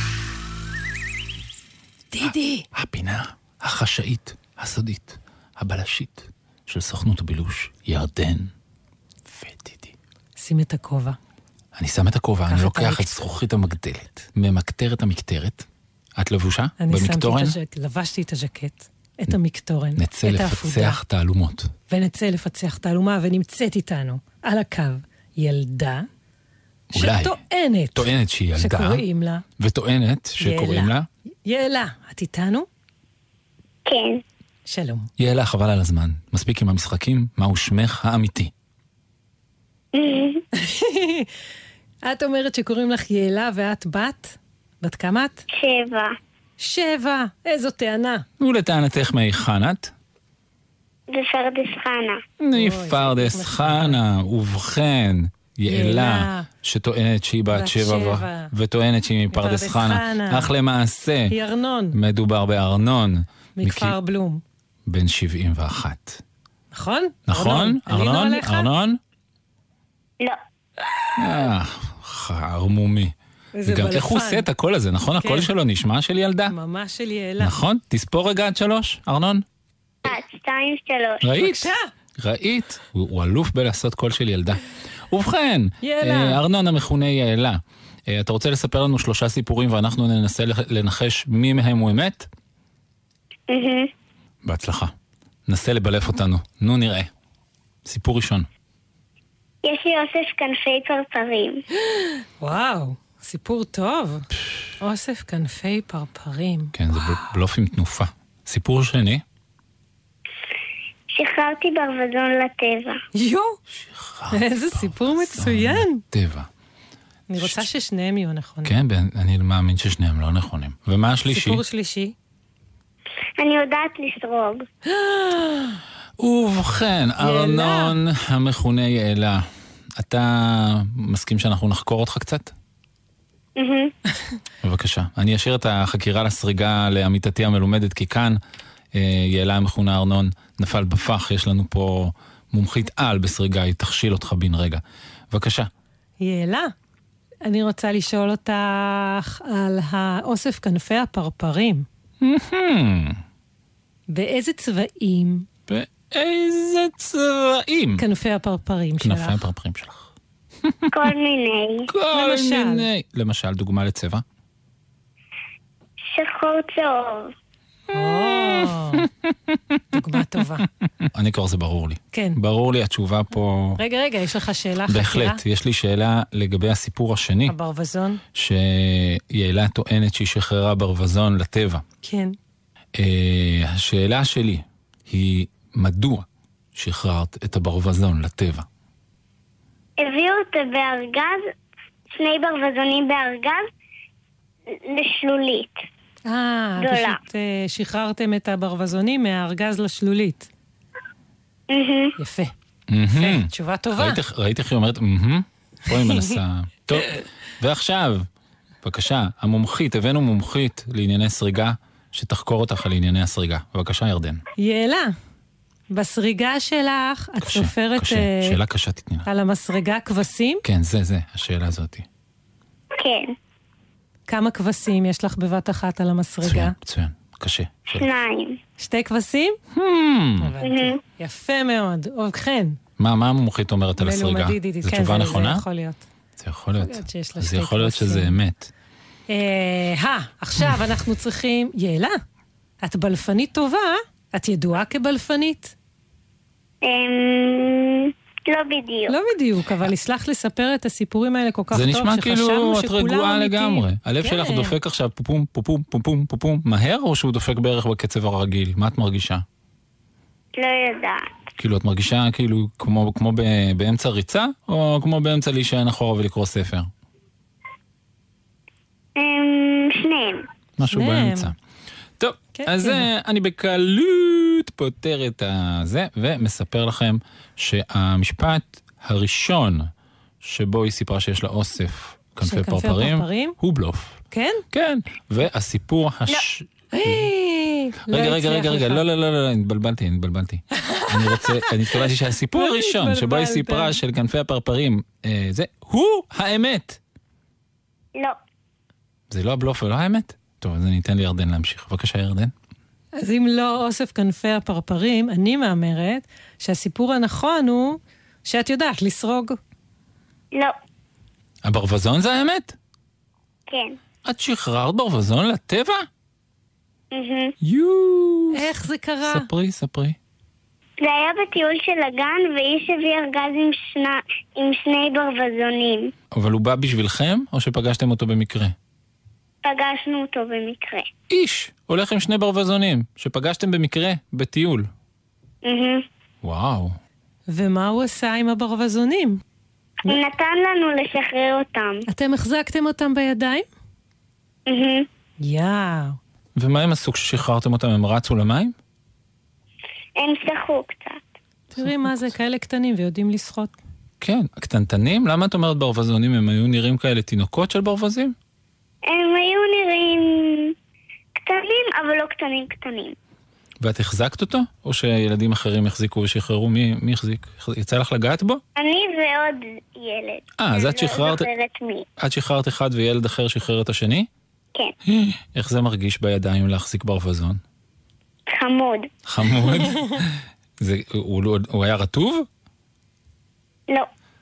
דידי. הפינה החשאית, הסודית, הבלשית של סוכנות הבילוש, ירדן ודידי. שים את הכובע. אני שם את הכובע, אני לוקח את זכוכית המגדלת, ממקטר את המקטרת. את לבושה? במקטורן? לבשתי את הז'קט, את המקטורן, נצא לפצח תעלומות. ונצא לפצח תעלומה, ונמצאת איתנו על הקו ילדה, טוענת שהיא ילדה, שקוראים לה, וטוענת שקוראים לה, יאלה. את איתנו? כן. שלום. יאלה, חבל על הזמן. מספיק עם המשחקים, מהו שמך האמיתי? את אומרת שקוראים לך יאלה ואת בת? בת כמה את? 7. איזו טענה. ולטענתך מהיכן את? בפרדס חנה. מפרדס חנה. ובכן, יאלה, שטוענת שהיא בת 7 וטוענת שהיא מפרדס חנה, אך למעשה היא ארנון. מדובר בארנון מכפר בלום. בן 71. נכון? נכון? ארנון? לא. חרמומי. וגם איך הוא עושה את הקול הזה, נכון? הקול שלו נשמע של ילדה. ממש של יאלה. נכון? תספור רגע עד 3, ארנון. 1, 2, 3. ראית? ראית? הוא אלוף בלעשות קול של ילדה. ובכן, יאלה. ארנון המכונה יאלה. אתה רוצה לספר לנו 3 סיפורים ואנחנו ננסה לנחש מי מהם הוא אמת? בהצלחה. נסה לבלף אותנו. נו נראה. סיפור ראשון. יש לי אוסף כנפי פרפרים. וואו, סיפור טוב. אוסף כנפי פרפרים. כן, זה בלוף עם תנופה. סיפור שני. שחררתי ברווזון לטבע. איזה סיפור מצוין. טבע. אני רוצה ששניהם יהיו נכונים. כן, אני מאמין ששניהם לא נכונים. ומה השלישי? סיפור שלישי. אני יודעת לסרוג. ובכן, ארנון המכונה יאלה. אתה מסכים שאנחנו נחקור אותך קצת? בבקשה. אני אשאיר את החקירה לסריגה לעמיתתי המלומדת, כי כאן יאלה המכונה ארנון נפל בפח. יש לנו פה מומחית על בסריגה, היא תכשיל אותך בן רגע. בבקשה. יאלה, אני רוצה לשאול אותך על האוסף כנפי הפרפרים. באיזה צבעים? באיזה צבעים? כנפי הפרפרים שלך. כנפי הפרפרים שלך. כל מיני. כל מיני. למשל, דוגמה לצבע? שחור צהוב. דוגמה טובה. אני כבר זה ברור לי. כן. ברור לי, התשובה פה... רגע, יש לך שאלה חקירה? בהחלט, יש לי שאלה לגבי הסיפור השני. הברווזון? שיאלה טוענת שהיא שחררה ברווזון לטבע. כן. השאלה שלי היא, מדוע שחררת את הברווזון לטבע? הביאו אותו בארגז, 2 ברווזונים בארגז, לשלולית. פשוט שחררתם את הברווזונים מהארגז לשלולית. יפה. תשובה טובה. ראית איך היא אומרת, פה היא מנסה. טוב, ועכשיו, בבקשה, הבאנו מומחית לענייני סריגה, שתחקור אותך על ענייני הסריגה. בבקשה, ירדן. יאלה, בסריגה שלך, את סופרת... שאלה קשה תתני לך. על המסרגה כבשים? כן, זה, השאלה הזאת. כן. כמה כבשים יש לך בבת אחת על המסרגה? מצוין, קשה. 2. 2 כבשים? יפה מאוד. ובכן. מה המומחית אומרת על הסריגה? זו תשובה נכונה? זה יכול להיות. זה יכול להיות. זה יכול להיות שזה אמת. עכשיו אנחנו צריכים... יאלה, את בלפנית טובה? את ידועה כבלפנית? לא בדיוק. לא בדיוק, אבל יסלח לספר את הסיפורים האלה כל כך טוב, זה נשמע כאילו את רגועה לגמרי. הלב כן. שלך דופק עכשיו פופום, פופום, פופום, פופום, מהר, או שהוא דופק בערך בקצב הרגיל? מה את מרגישה? לא יודעת. כאילו, את מרגישה כאילו כמו באמצע ריצה, או כמו באמצע להישען אחורה ולקרוא ספר? שניהם. משהו באמצע. טוב, אז אני בקלות פותר את הזה, ומספר לכם שהמשפט הראשון שבו היא סיפרה שיש לה אוסף כנפי פרפרים, הוא בלוף. כן? כן, והסיפור רגע, לא, התבלבלתי. אני התכוונתי שהסיפור הראשון שבו היא סיפרה של כנפי הפרפרים, הוא האמת. לא. זה לא הבלוף ולא האמת? טוב, אז אני אתן לירדן להמשיך. בבקשה, ירדן. אז אם לא אוסף כנפי הפרפרים, אני מאמרת שהסיפור הנכון הוא שאת יודעת לסרוג. לא. הברווזון זה האמת? כן. את שחררת ברווזון לטבע? איך זה קרה? ספרי. זה היה בטיול של הגן, ואיש הביא ארגז עם שני ברווזונים. אבל הוא בא בשבילכם, או שפגשתם אותו במקרה? פגשנו אותו במקרה. איש, הולך עם שני ברווזונים, שפגשתם במקרה, בטיול. וואו. ומה הוא עשה עם הברווזונים? הוא נתן לנו לשחרר אותם. אתם החזקתם אותם בידיים? יאו. ומה הם עשו כששחררתם אותם? הם רצו למים? הם שחו קצת. תראי מה זה, כאלה קטנים ויודעים לשחות. כן, הקטנטנים? למה את אומרת ברווזונים? הם היו נראים כאלה תינוקות של ברווזים? הם היו נראים קטנים, אבל לא קטנים. ואת החזקת אותו? או שילדים אחרים החזיקו ושחררו? מי החזיק? יצא לך לגעת בו? אני ועוד ילד. אז את שחררת... לא זוכרת מי. את שחררת אחד וילד אחר שחרר את השני? כן. איך זה מרגיש בידיים להחזיק ברווזון? חמוד. הוא היה רטוב? לא.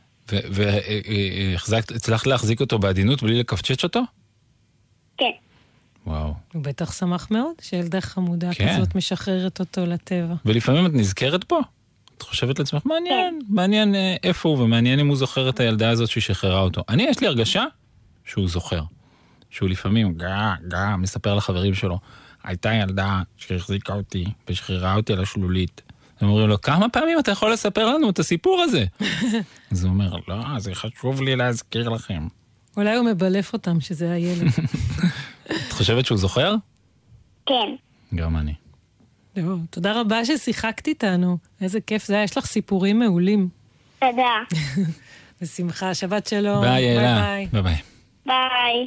והצלחת להחזיק אותו בעדינות בלי לקפצ'ץ' אותו? כן. וואו. הוא בטח שמח מאוד שילדה חמודה כזאת משחררת אותו לטבע. ולפעמים את נזכרת פה? את חושבת לעצמך, מעניין איפה הוא, ומעניין אם הוא זוכר את הילדה הזאת ששחררה אותו. יש לי הרגשה שהוא זוכר. שהוא לפעמים מספר לחברים שלו, הייתה ילדה שהחזיקה אותי ושחררה אותי על השלולית. הם אומרים לו, כמה פעמים אתה יכול לספר לנו את הסיפור הזה? אז הוא אומר, לא, זה חשוב לי להזכיר לכם. אולי הוא מבלף אותם שזה הילד. את חושבת שהוא זוכר? כן. גם אני. תודה רבה ששיחקת איתנו. איזה כיף זה היה, יש לך סיפורים מעולים. תודה. בשמחה, שבת שלום. ביי, אלה. ביי. ביי.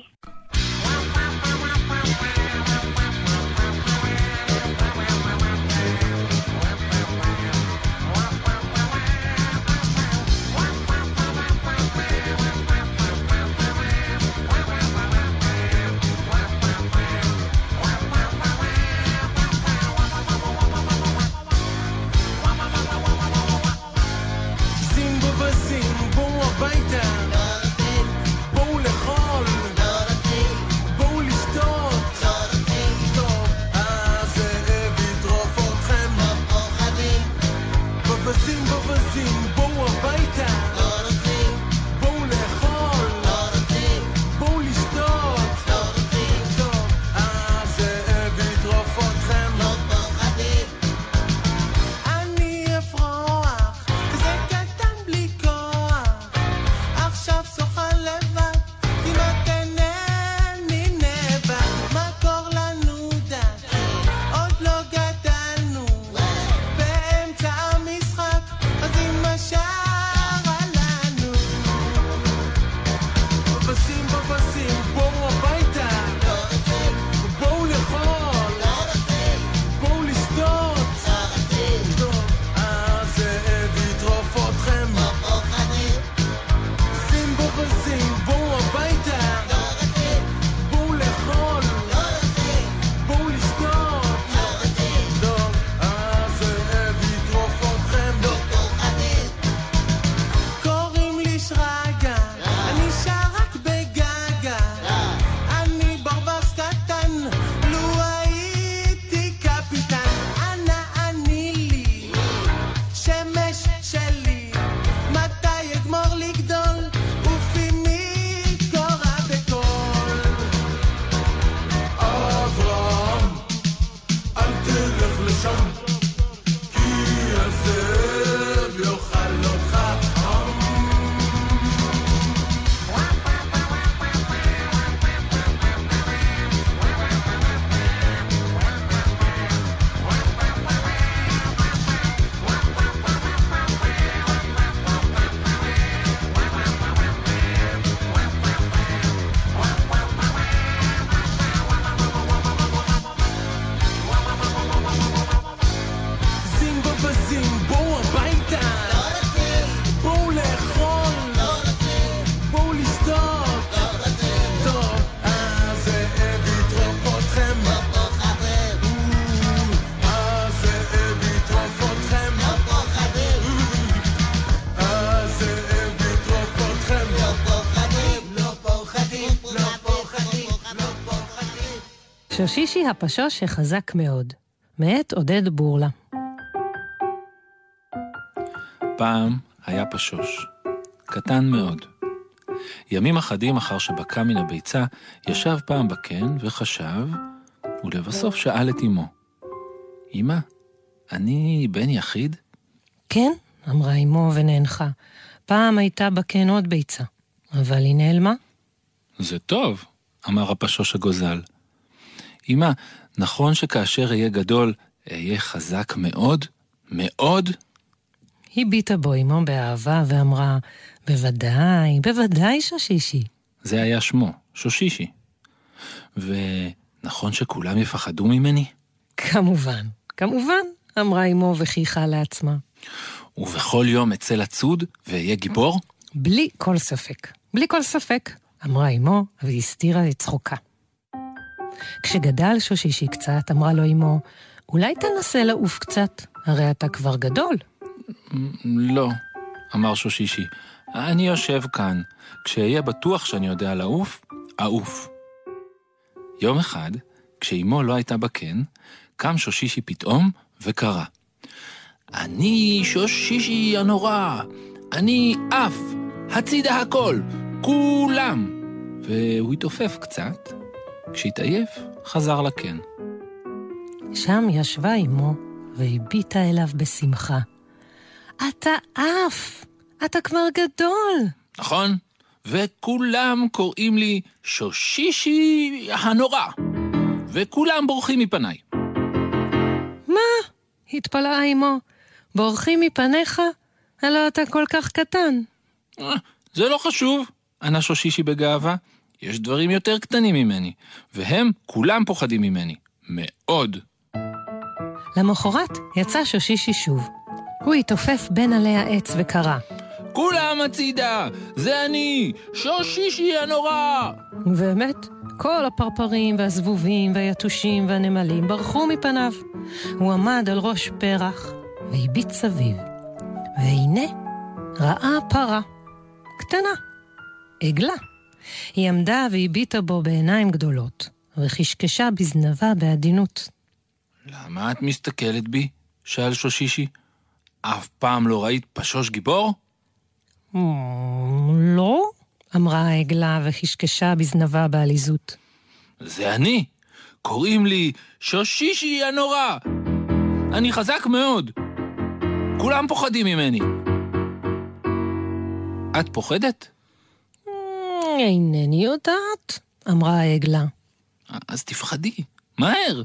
בואו הביתה, בואו לאכול, שום, כי הזאב יאכל אותך. שושישי הפשוש שחזק מאוד, מאת עודד בורלה. פעם היה פשוש, קטן מאוד. ימים אחדים אחר שבקע מן הביצה, ישב פעם בקן וחשב, ולבסוף שאל את אמו, אמא, אני בן יחיד? כן, אמרה אמו ונענחה. פעם הייתה בקן עוד ביצה, אבל היא נעלמה. זה טוב, אמר הפשוש הגוזל. אמא, נכון שכאשר אהיה גדול, אהיה חזק מאוד? מאוד? היא ביטה בו אמו באהבה ואמרה, בוודאי, בוודאי שושישי. זה היה שמו, שושישי. ונכון שכולם יפחדו ממני? כמובן, כמובן, אמרה אמו וחייכה לעצמה. ובכל יום אצא לצוד ואהיה גיבור? בלי כל ספק, בלי כל ספק, אמרה אמו והסתירה את צחוקה. כשגדל שושישי קצת, אמרה לו אמו, אולי תנסה לעוף קצת, הרי אתה כבר גדול. לא, אמר שושישי, אני יושב כאן, כשאהיה בטוח שאני יודע לעוף, אעוף. יום אחד, כשאמו לא הייתה בקן, קם שושישי פתאום וקרא, אני שושישי הנורא, אני עף, הצידה הכל, כולם. והוא התעופף קצת, כשהתעייף חזר לקן. שם ישבה אמו והביטה אליו בשמחה. אתה עף, אתה כבר גדול. נכון, וכולם קוראים לי שושישי הנורא, וכולם בורחים מפניי. מה? התפלאה אמו, בורחים מפניך? אלא אתה כל כך קטן. זה לא חשוב, ענה שושישי בגאווה. יש דברים יותר קטנים ממני, והם כולם פוחדים ממני. מאוד. למחרת יצא שושישי שוב. הוא התעופף בין עלי העץ וקרא, כולם הצידה, זה אני, שושישי הנורא. באמת, כל הפרפרים והזבובים והיתושים והנמלים ברחו מפניו. הוא עמד על ראש פרח והביט סביב. והנה ראה פרה, קטנה, עגלה. היא עמדה והביטה בו בעיניים גדולות, וחשקשה בזנבה בעדינות. למה את מסתכלת בי? שאל שושישי. אף פעם לא ראית פשוש גיבור? לא, אמרה העגלה וחשקשה בזנבה בעליזות. זה אני, קוראים לי שושישי הנורא. אני חזק מאוד. כולם פוחדים ממני. את פוחדת? אינני יודעת, אמרה העגלה. אז תפחדי, מהר.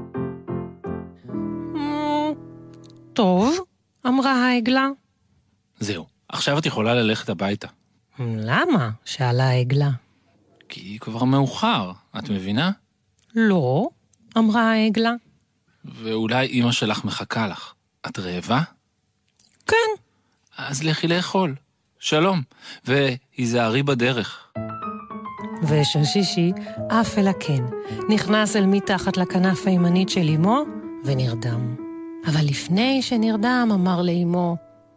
טוב, אמרה העגלה. זהו, עכשיו את יכולה ללכת הביתה. למה? שאלה העגלה. כי כבר מאוחר, את מבינה? לא, אמרה העגלה. ואולי אמא שלך מחכה לך. את רעבה? כן. אז לכי לאכול. שלום, והיזהרי בדרך. ושושישי עף אל הקן, נכנס אל מתחת לכנף הימנית של אמו ונרדם. אבל לפני שנרדם אמר לאמו,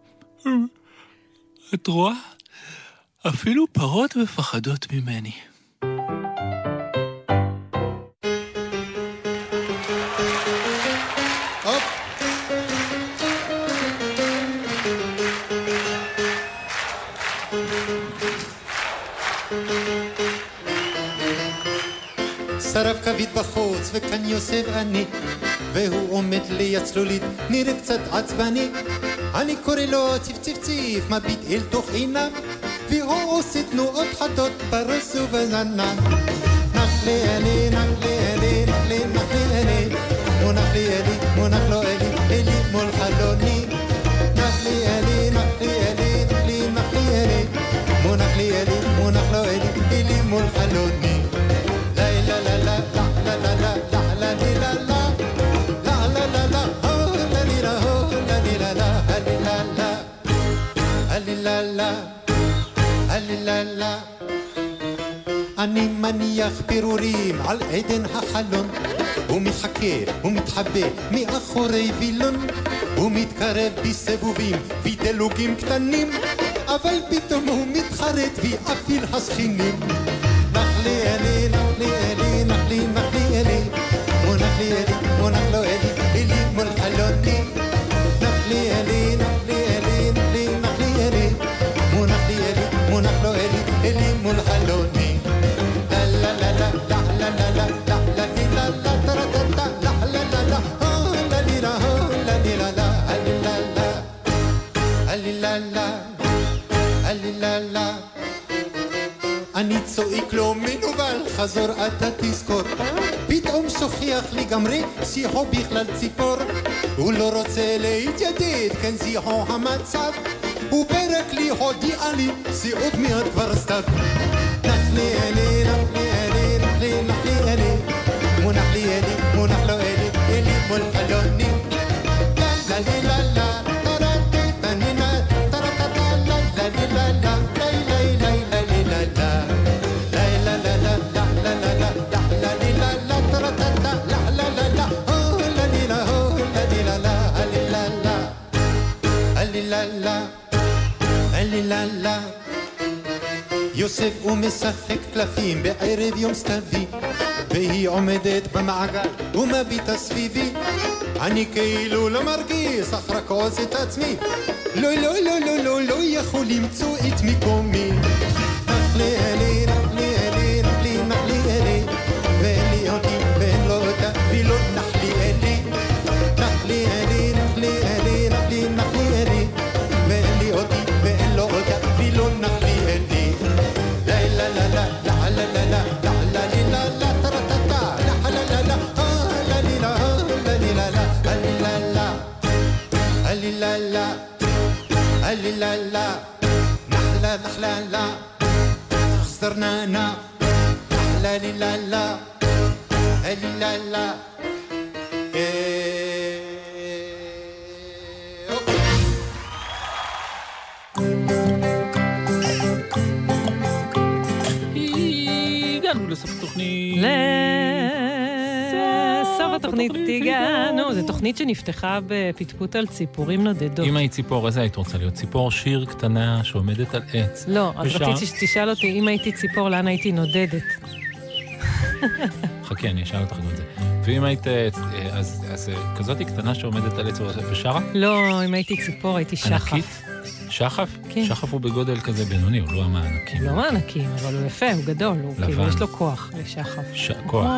את רואה? אפילו פרות מפחדות ממני. שרף כבית בחוץ וקנה יוסף אני, והוא עומד ליד צלולית, נראה קצת עצבני. אני קורא לו ציף ציף ציף, מביט אל תוך עיניו, והוא עושה תנועות חדות בראש ובזנב. נחלי אלי, נחלי אלי, נחלי, נחלי אלי, מונח לי אלי, מונח לו אלי, אלי מול חלוני. נחלי אלי, נחלי אלי, נחלי, נחלי אלי, מונח לי אלי, מונח לו אלי, אלי מול חלוני. לילה לה לה לה לה לה לה לה לה לה לה לה לה לה לה הו לה לי לה הו לה לי לה לה הלי לה לה הלי לה לה הלי לה לה. אני מניח פירורים על עדן החלון, הוא מחכה, הוא מתחבא מאחורי וילון, הוא מתקרב בסיבובים ודלוגים קטנים, אבל פתאום הוא מתחרט ואפיל הסכינים. נחלי אלי, נחלי אלי, נחלי, נחלי אלי, מונח לי אלי, מונח לו אלי, אלי מול חלוני. נחלי אלי, נחלי אלי, נחלי, נחלי אלי, מונח לי אלי, מונח לו אלי, אלי מול חלוני. לה לה לה לה לה לה לה לה לה לה לה טרטטה לה לה לה לה הו לה לי לה הו לה לי לה לה הלי לה לה הלי לה לה הלי לה לה. אני צועק לו מנובל, חזור אתה תזכור. פתאום שוכח לגמרי, שיחו בכלל ציפור. הוא לא רוצה להתיידד, כן שיחו המצב. הוא ברק לי הודיע לי, שעוד מיד כבר סתיו. נחלי אלי, נחלי אלי, נחלי, נחלי אלי, מונח לי אלי, מונח לו אלי, אלי מול חלוני. לה לה לי לה לה, טרטי תנינה, טרטטה לה לה לי לה לה, לי לי לי לי לה לה. לה לה לה לה לה לה לה לה לה לי לה לה, טרטטה לה לה לה לה, הו לה לי לה הו לה לי לה לה, הלי לה לה, הלי לה לה, הלי לה לה. יוסף הוא משחק קלפים בערב יום סתווי, והיא עומדת במעגל ומביטה סביבי. אני כאילו לא מרגיש, אך רק עושה את עצמי. לא לא לא לא לא לא יכול למצוא את מקומי. נחלי אלי, נחלי אלי, נחלי, נחלי אלי, ואין לי אותי ואין לו אותה ולא נחלי אלי. נחלי אלי, נחלי אלי, נחלי, נחלי אלי, ואין לי אותי ואין לו אותה ולא נחלי אלי. لا لا لا لا لا لا لا لا لا لا لا ترتتا لا لا لا لا لا لا لا لا لا لا لا لا لا نحلا نحلا لا خسرنا انا لا لا لا لا لا לסוף התוכנית. לסוף התוכנית הגענו. זו תוכנית שנפתחה בפטפוט על ציפורים נודדות. אם היית ציפור, איזה היית רוצה להיות? ציפור שיר קטנה שעומדת על עץ. לא, אז רציתי שתשאל אותי, אם הייתי ציפור, לאן הייתי נודדת? חכה, אני אשאל אותך את זה. ואם היית, אז כזאת היא קטנה שעומדת על עץ ושרה? לא, אם הייתי ציפור, הייתי שחף. ענקית? שחף? כן. שחף הוא בגודל כזה בינוני, הוא לא המענקים. לא מענקים, אבל הוא יפה, הוא גדול. לבן. יש לו כוח לשחף. כוח.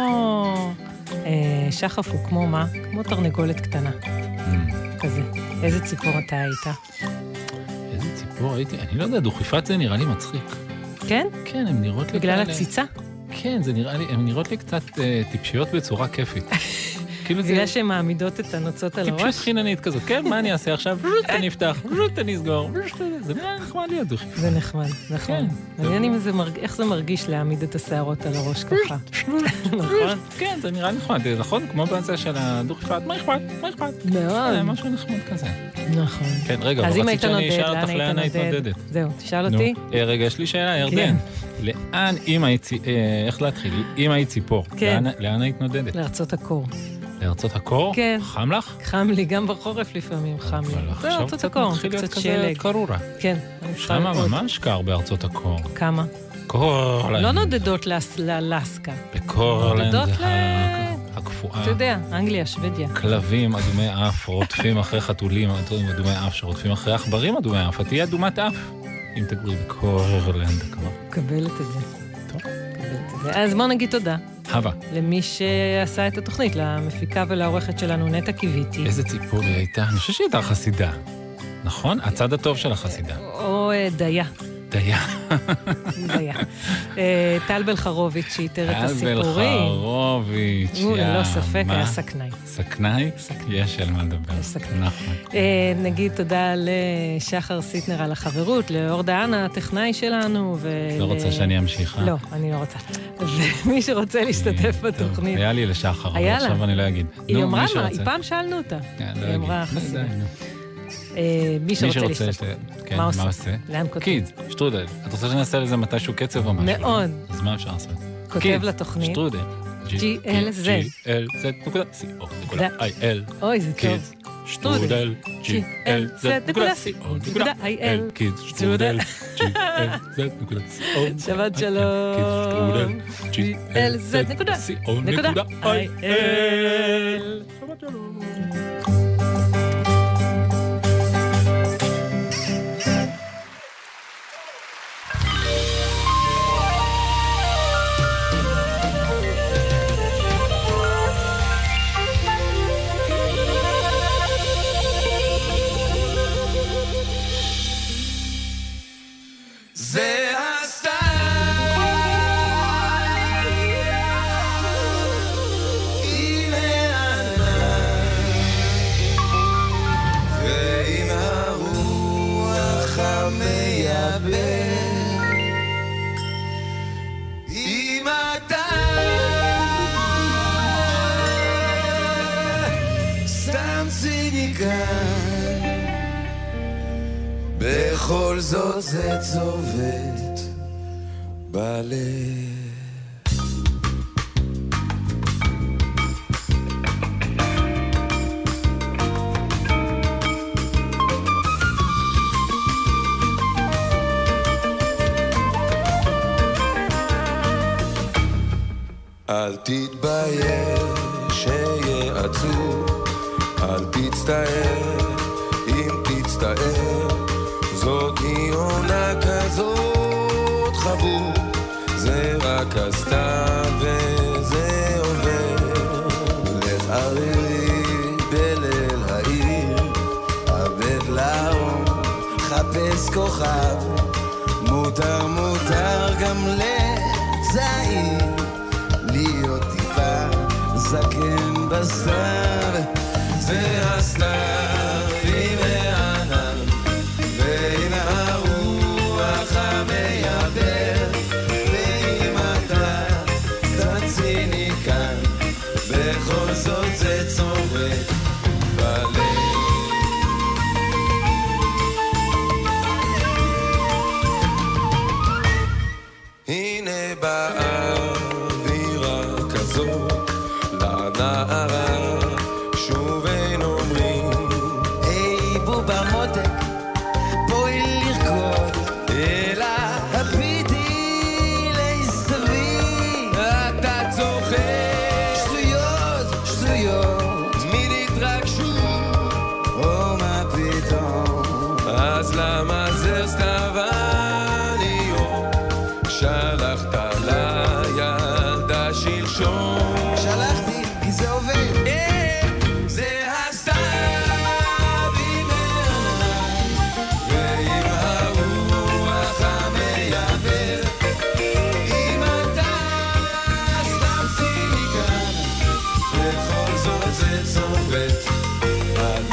שחף הוא כמו מה? כמו תרנגולת קטנה. כזה. איזה ציפור אתה היית? איזה ציפור הייתי? אני לא יודע, דוכיפת זה נראה לי מצחיק. כן? כן, הן נראות לי... בגלל הציצה? כן, זה נראה לי, הן נראות לי קצת טיפשיות בצורה כיפית. בגלל שהן מעמידות את הנוצות על הראש? טיפשות חיננית כזאת, כן, מה אני אעשה עכשיו? אני אפתח, אני אסגור. זה נחמד להיות דוכיפת. זה נחמד, נכון. מעניין איך זה מרגיש להעמיד את השערות על הראש ככה. נכון? כן, זה נראה נחמד, נכון? כמו בנצה של הדוכיפת, מה אכפת? מה אכפת? מאוד. משהו נחמד כזה. נכון. כן, רגע, אבל רצית שאני אשאל אותך לאן היית נודדת. זהו, תשאל אותי. רגע, יש לי שאלה, ירדן. לאן, איך להתחיל? אם היית ציפור, לאן היית נודדת? לארצות הקור. לארצות הקור? כן. חם לך? חם לי, גם בחורף לפעמים חם לי. זה ארצות הקור, מתחיל להיות כזה קרורה. כן. שמה ממש קר בארצות הקור. כמה? קורלנד. לא נודדות לאלסקה. בקורלנד הקפואה. אתה יודע, אנגליה, שוודיה. כלבים אדומי אף רודפים אחרי חתולים אדומי אף שרודפים אחרי עכברים אדומי אף. את תהיה אדומת אף, אם תגורי בקורלנד כבר. קבלת את זה. טוב. אז בוא נגיד תודה. הווה. למי שעשה את התוכנית, למפיקה ולעורכת שלנו, נטע קיוויתי. איזה ציפור היא הייתה? אני חושב שהיא הייתה חסידה. נכון? הצד הטוב של החסידה. או דיה. דיה. דיה. טל בלחרוביץ' שאיתר את הסיפורים. טל בלחרוביץ'. ללא ספק, היה סכנאי. סכנאי? יש על מה לדבר. נכון. נגיד תודה לשחר סיטנר על החברות, לאור דהנה, הטכנאי שלנו. לא רוצה שאני אמשיך. לא, אני לא רוצה. ומי שרוצה להשתתף בתוכנית. היה לי לשחר, אבל עכשיו אני לא אגיד. היא אמרה מה, היא פעם שאלנו אותה. היא אמרה חסידה. מי שרוצה להשתתף. כן, מה עושה? לאן כותב? קיד, שטרודל. את רוצה שנעשה לזה מתישהו קצב או משהו? מאוד. אז מה אפשר לעשות? כותב לתוכנית. שטרודל. GLZ. GLZ.co.il. אוי, זה טוב. שטרודל. GLZ.co.il. קיד, שטרודל. GLZ.co.il. שבת שלום. GLZ.co.il. שבת שלום. בכל זאת זה צובט בלב. אל תתבייש שיהיה עצוב, אל תצטער אם תצטער, זאת היא עונה כזאת חבור, זה רק הסתיו וזה עובר. לך ערירי בליל העיר, עבד לאור, חפש כוכב, מותר מותר גם לצעיר להיות טיפה זקן בסתיו. זה הסתיו עם הענן ועם הרוח המייבר, ואם אתה תציני כאן בכל זאת זה צובט בלב. הנה באווירה כזאת לנערה שוב אין אומרים היי בובה מותק בואי לרקוד, אלא הביטי להסתווי. אתה צוחק שטויות שטויות תמיד התרגשו, או מה פתאום, אז למה זה סתיו עניות שלחת לילדה שלשום. שלחתי כי זה עובד, זה הסתיו עם הענן ועם הרוח המייבר, אם אתה סתם ציניקן בכל זאת זה צובט הלב.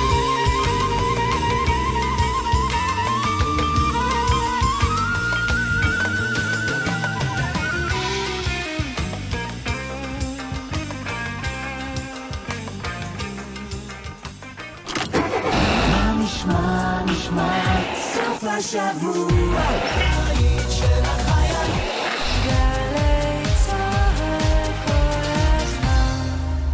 נשמע סוף השבוע היית של החייל גלי צהל כל הזמן.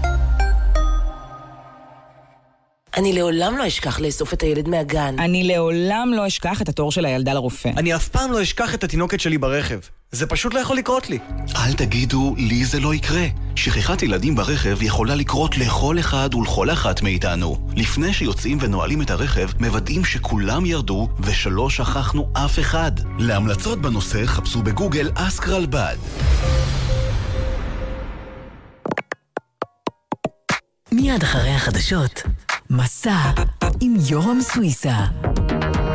אני לעולם לא אשכח לאסוף את הילד מהגן. אני לעולם לא אשכח את התור של הילדה לרופא. אני אף פעם לא אשכח את התינוקת שלי ברכב. זה פשוט לא יכול לקרות לי. אל תגידו, לי זה לא יקרה. שכחת ילדים ברכב יכולה לקרות לכל אחד ולכל אחת מאיתנו. לפני שיוצאים ונועלים את הרכב, מוודאים שכולם ירדו ושלא שכחנו אף אחד. להמלצות בנושא חפשו בגוגל אסק רלב"ד. מיד אחרי החדשות, מסע עם יורם סוויסה.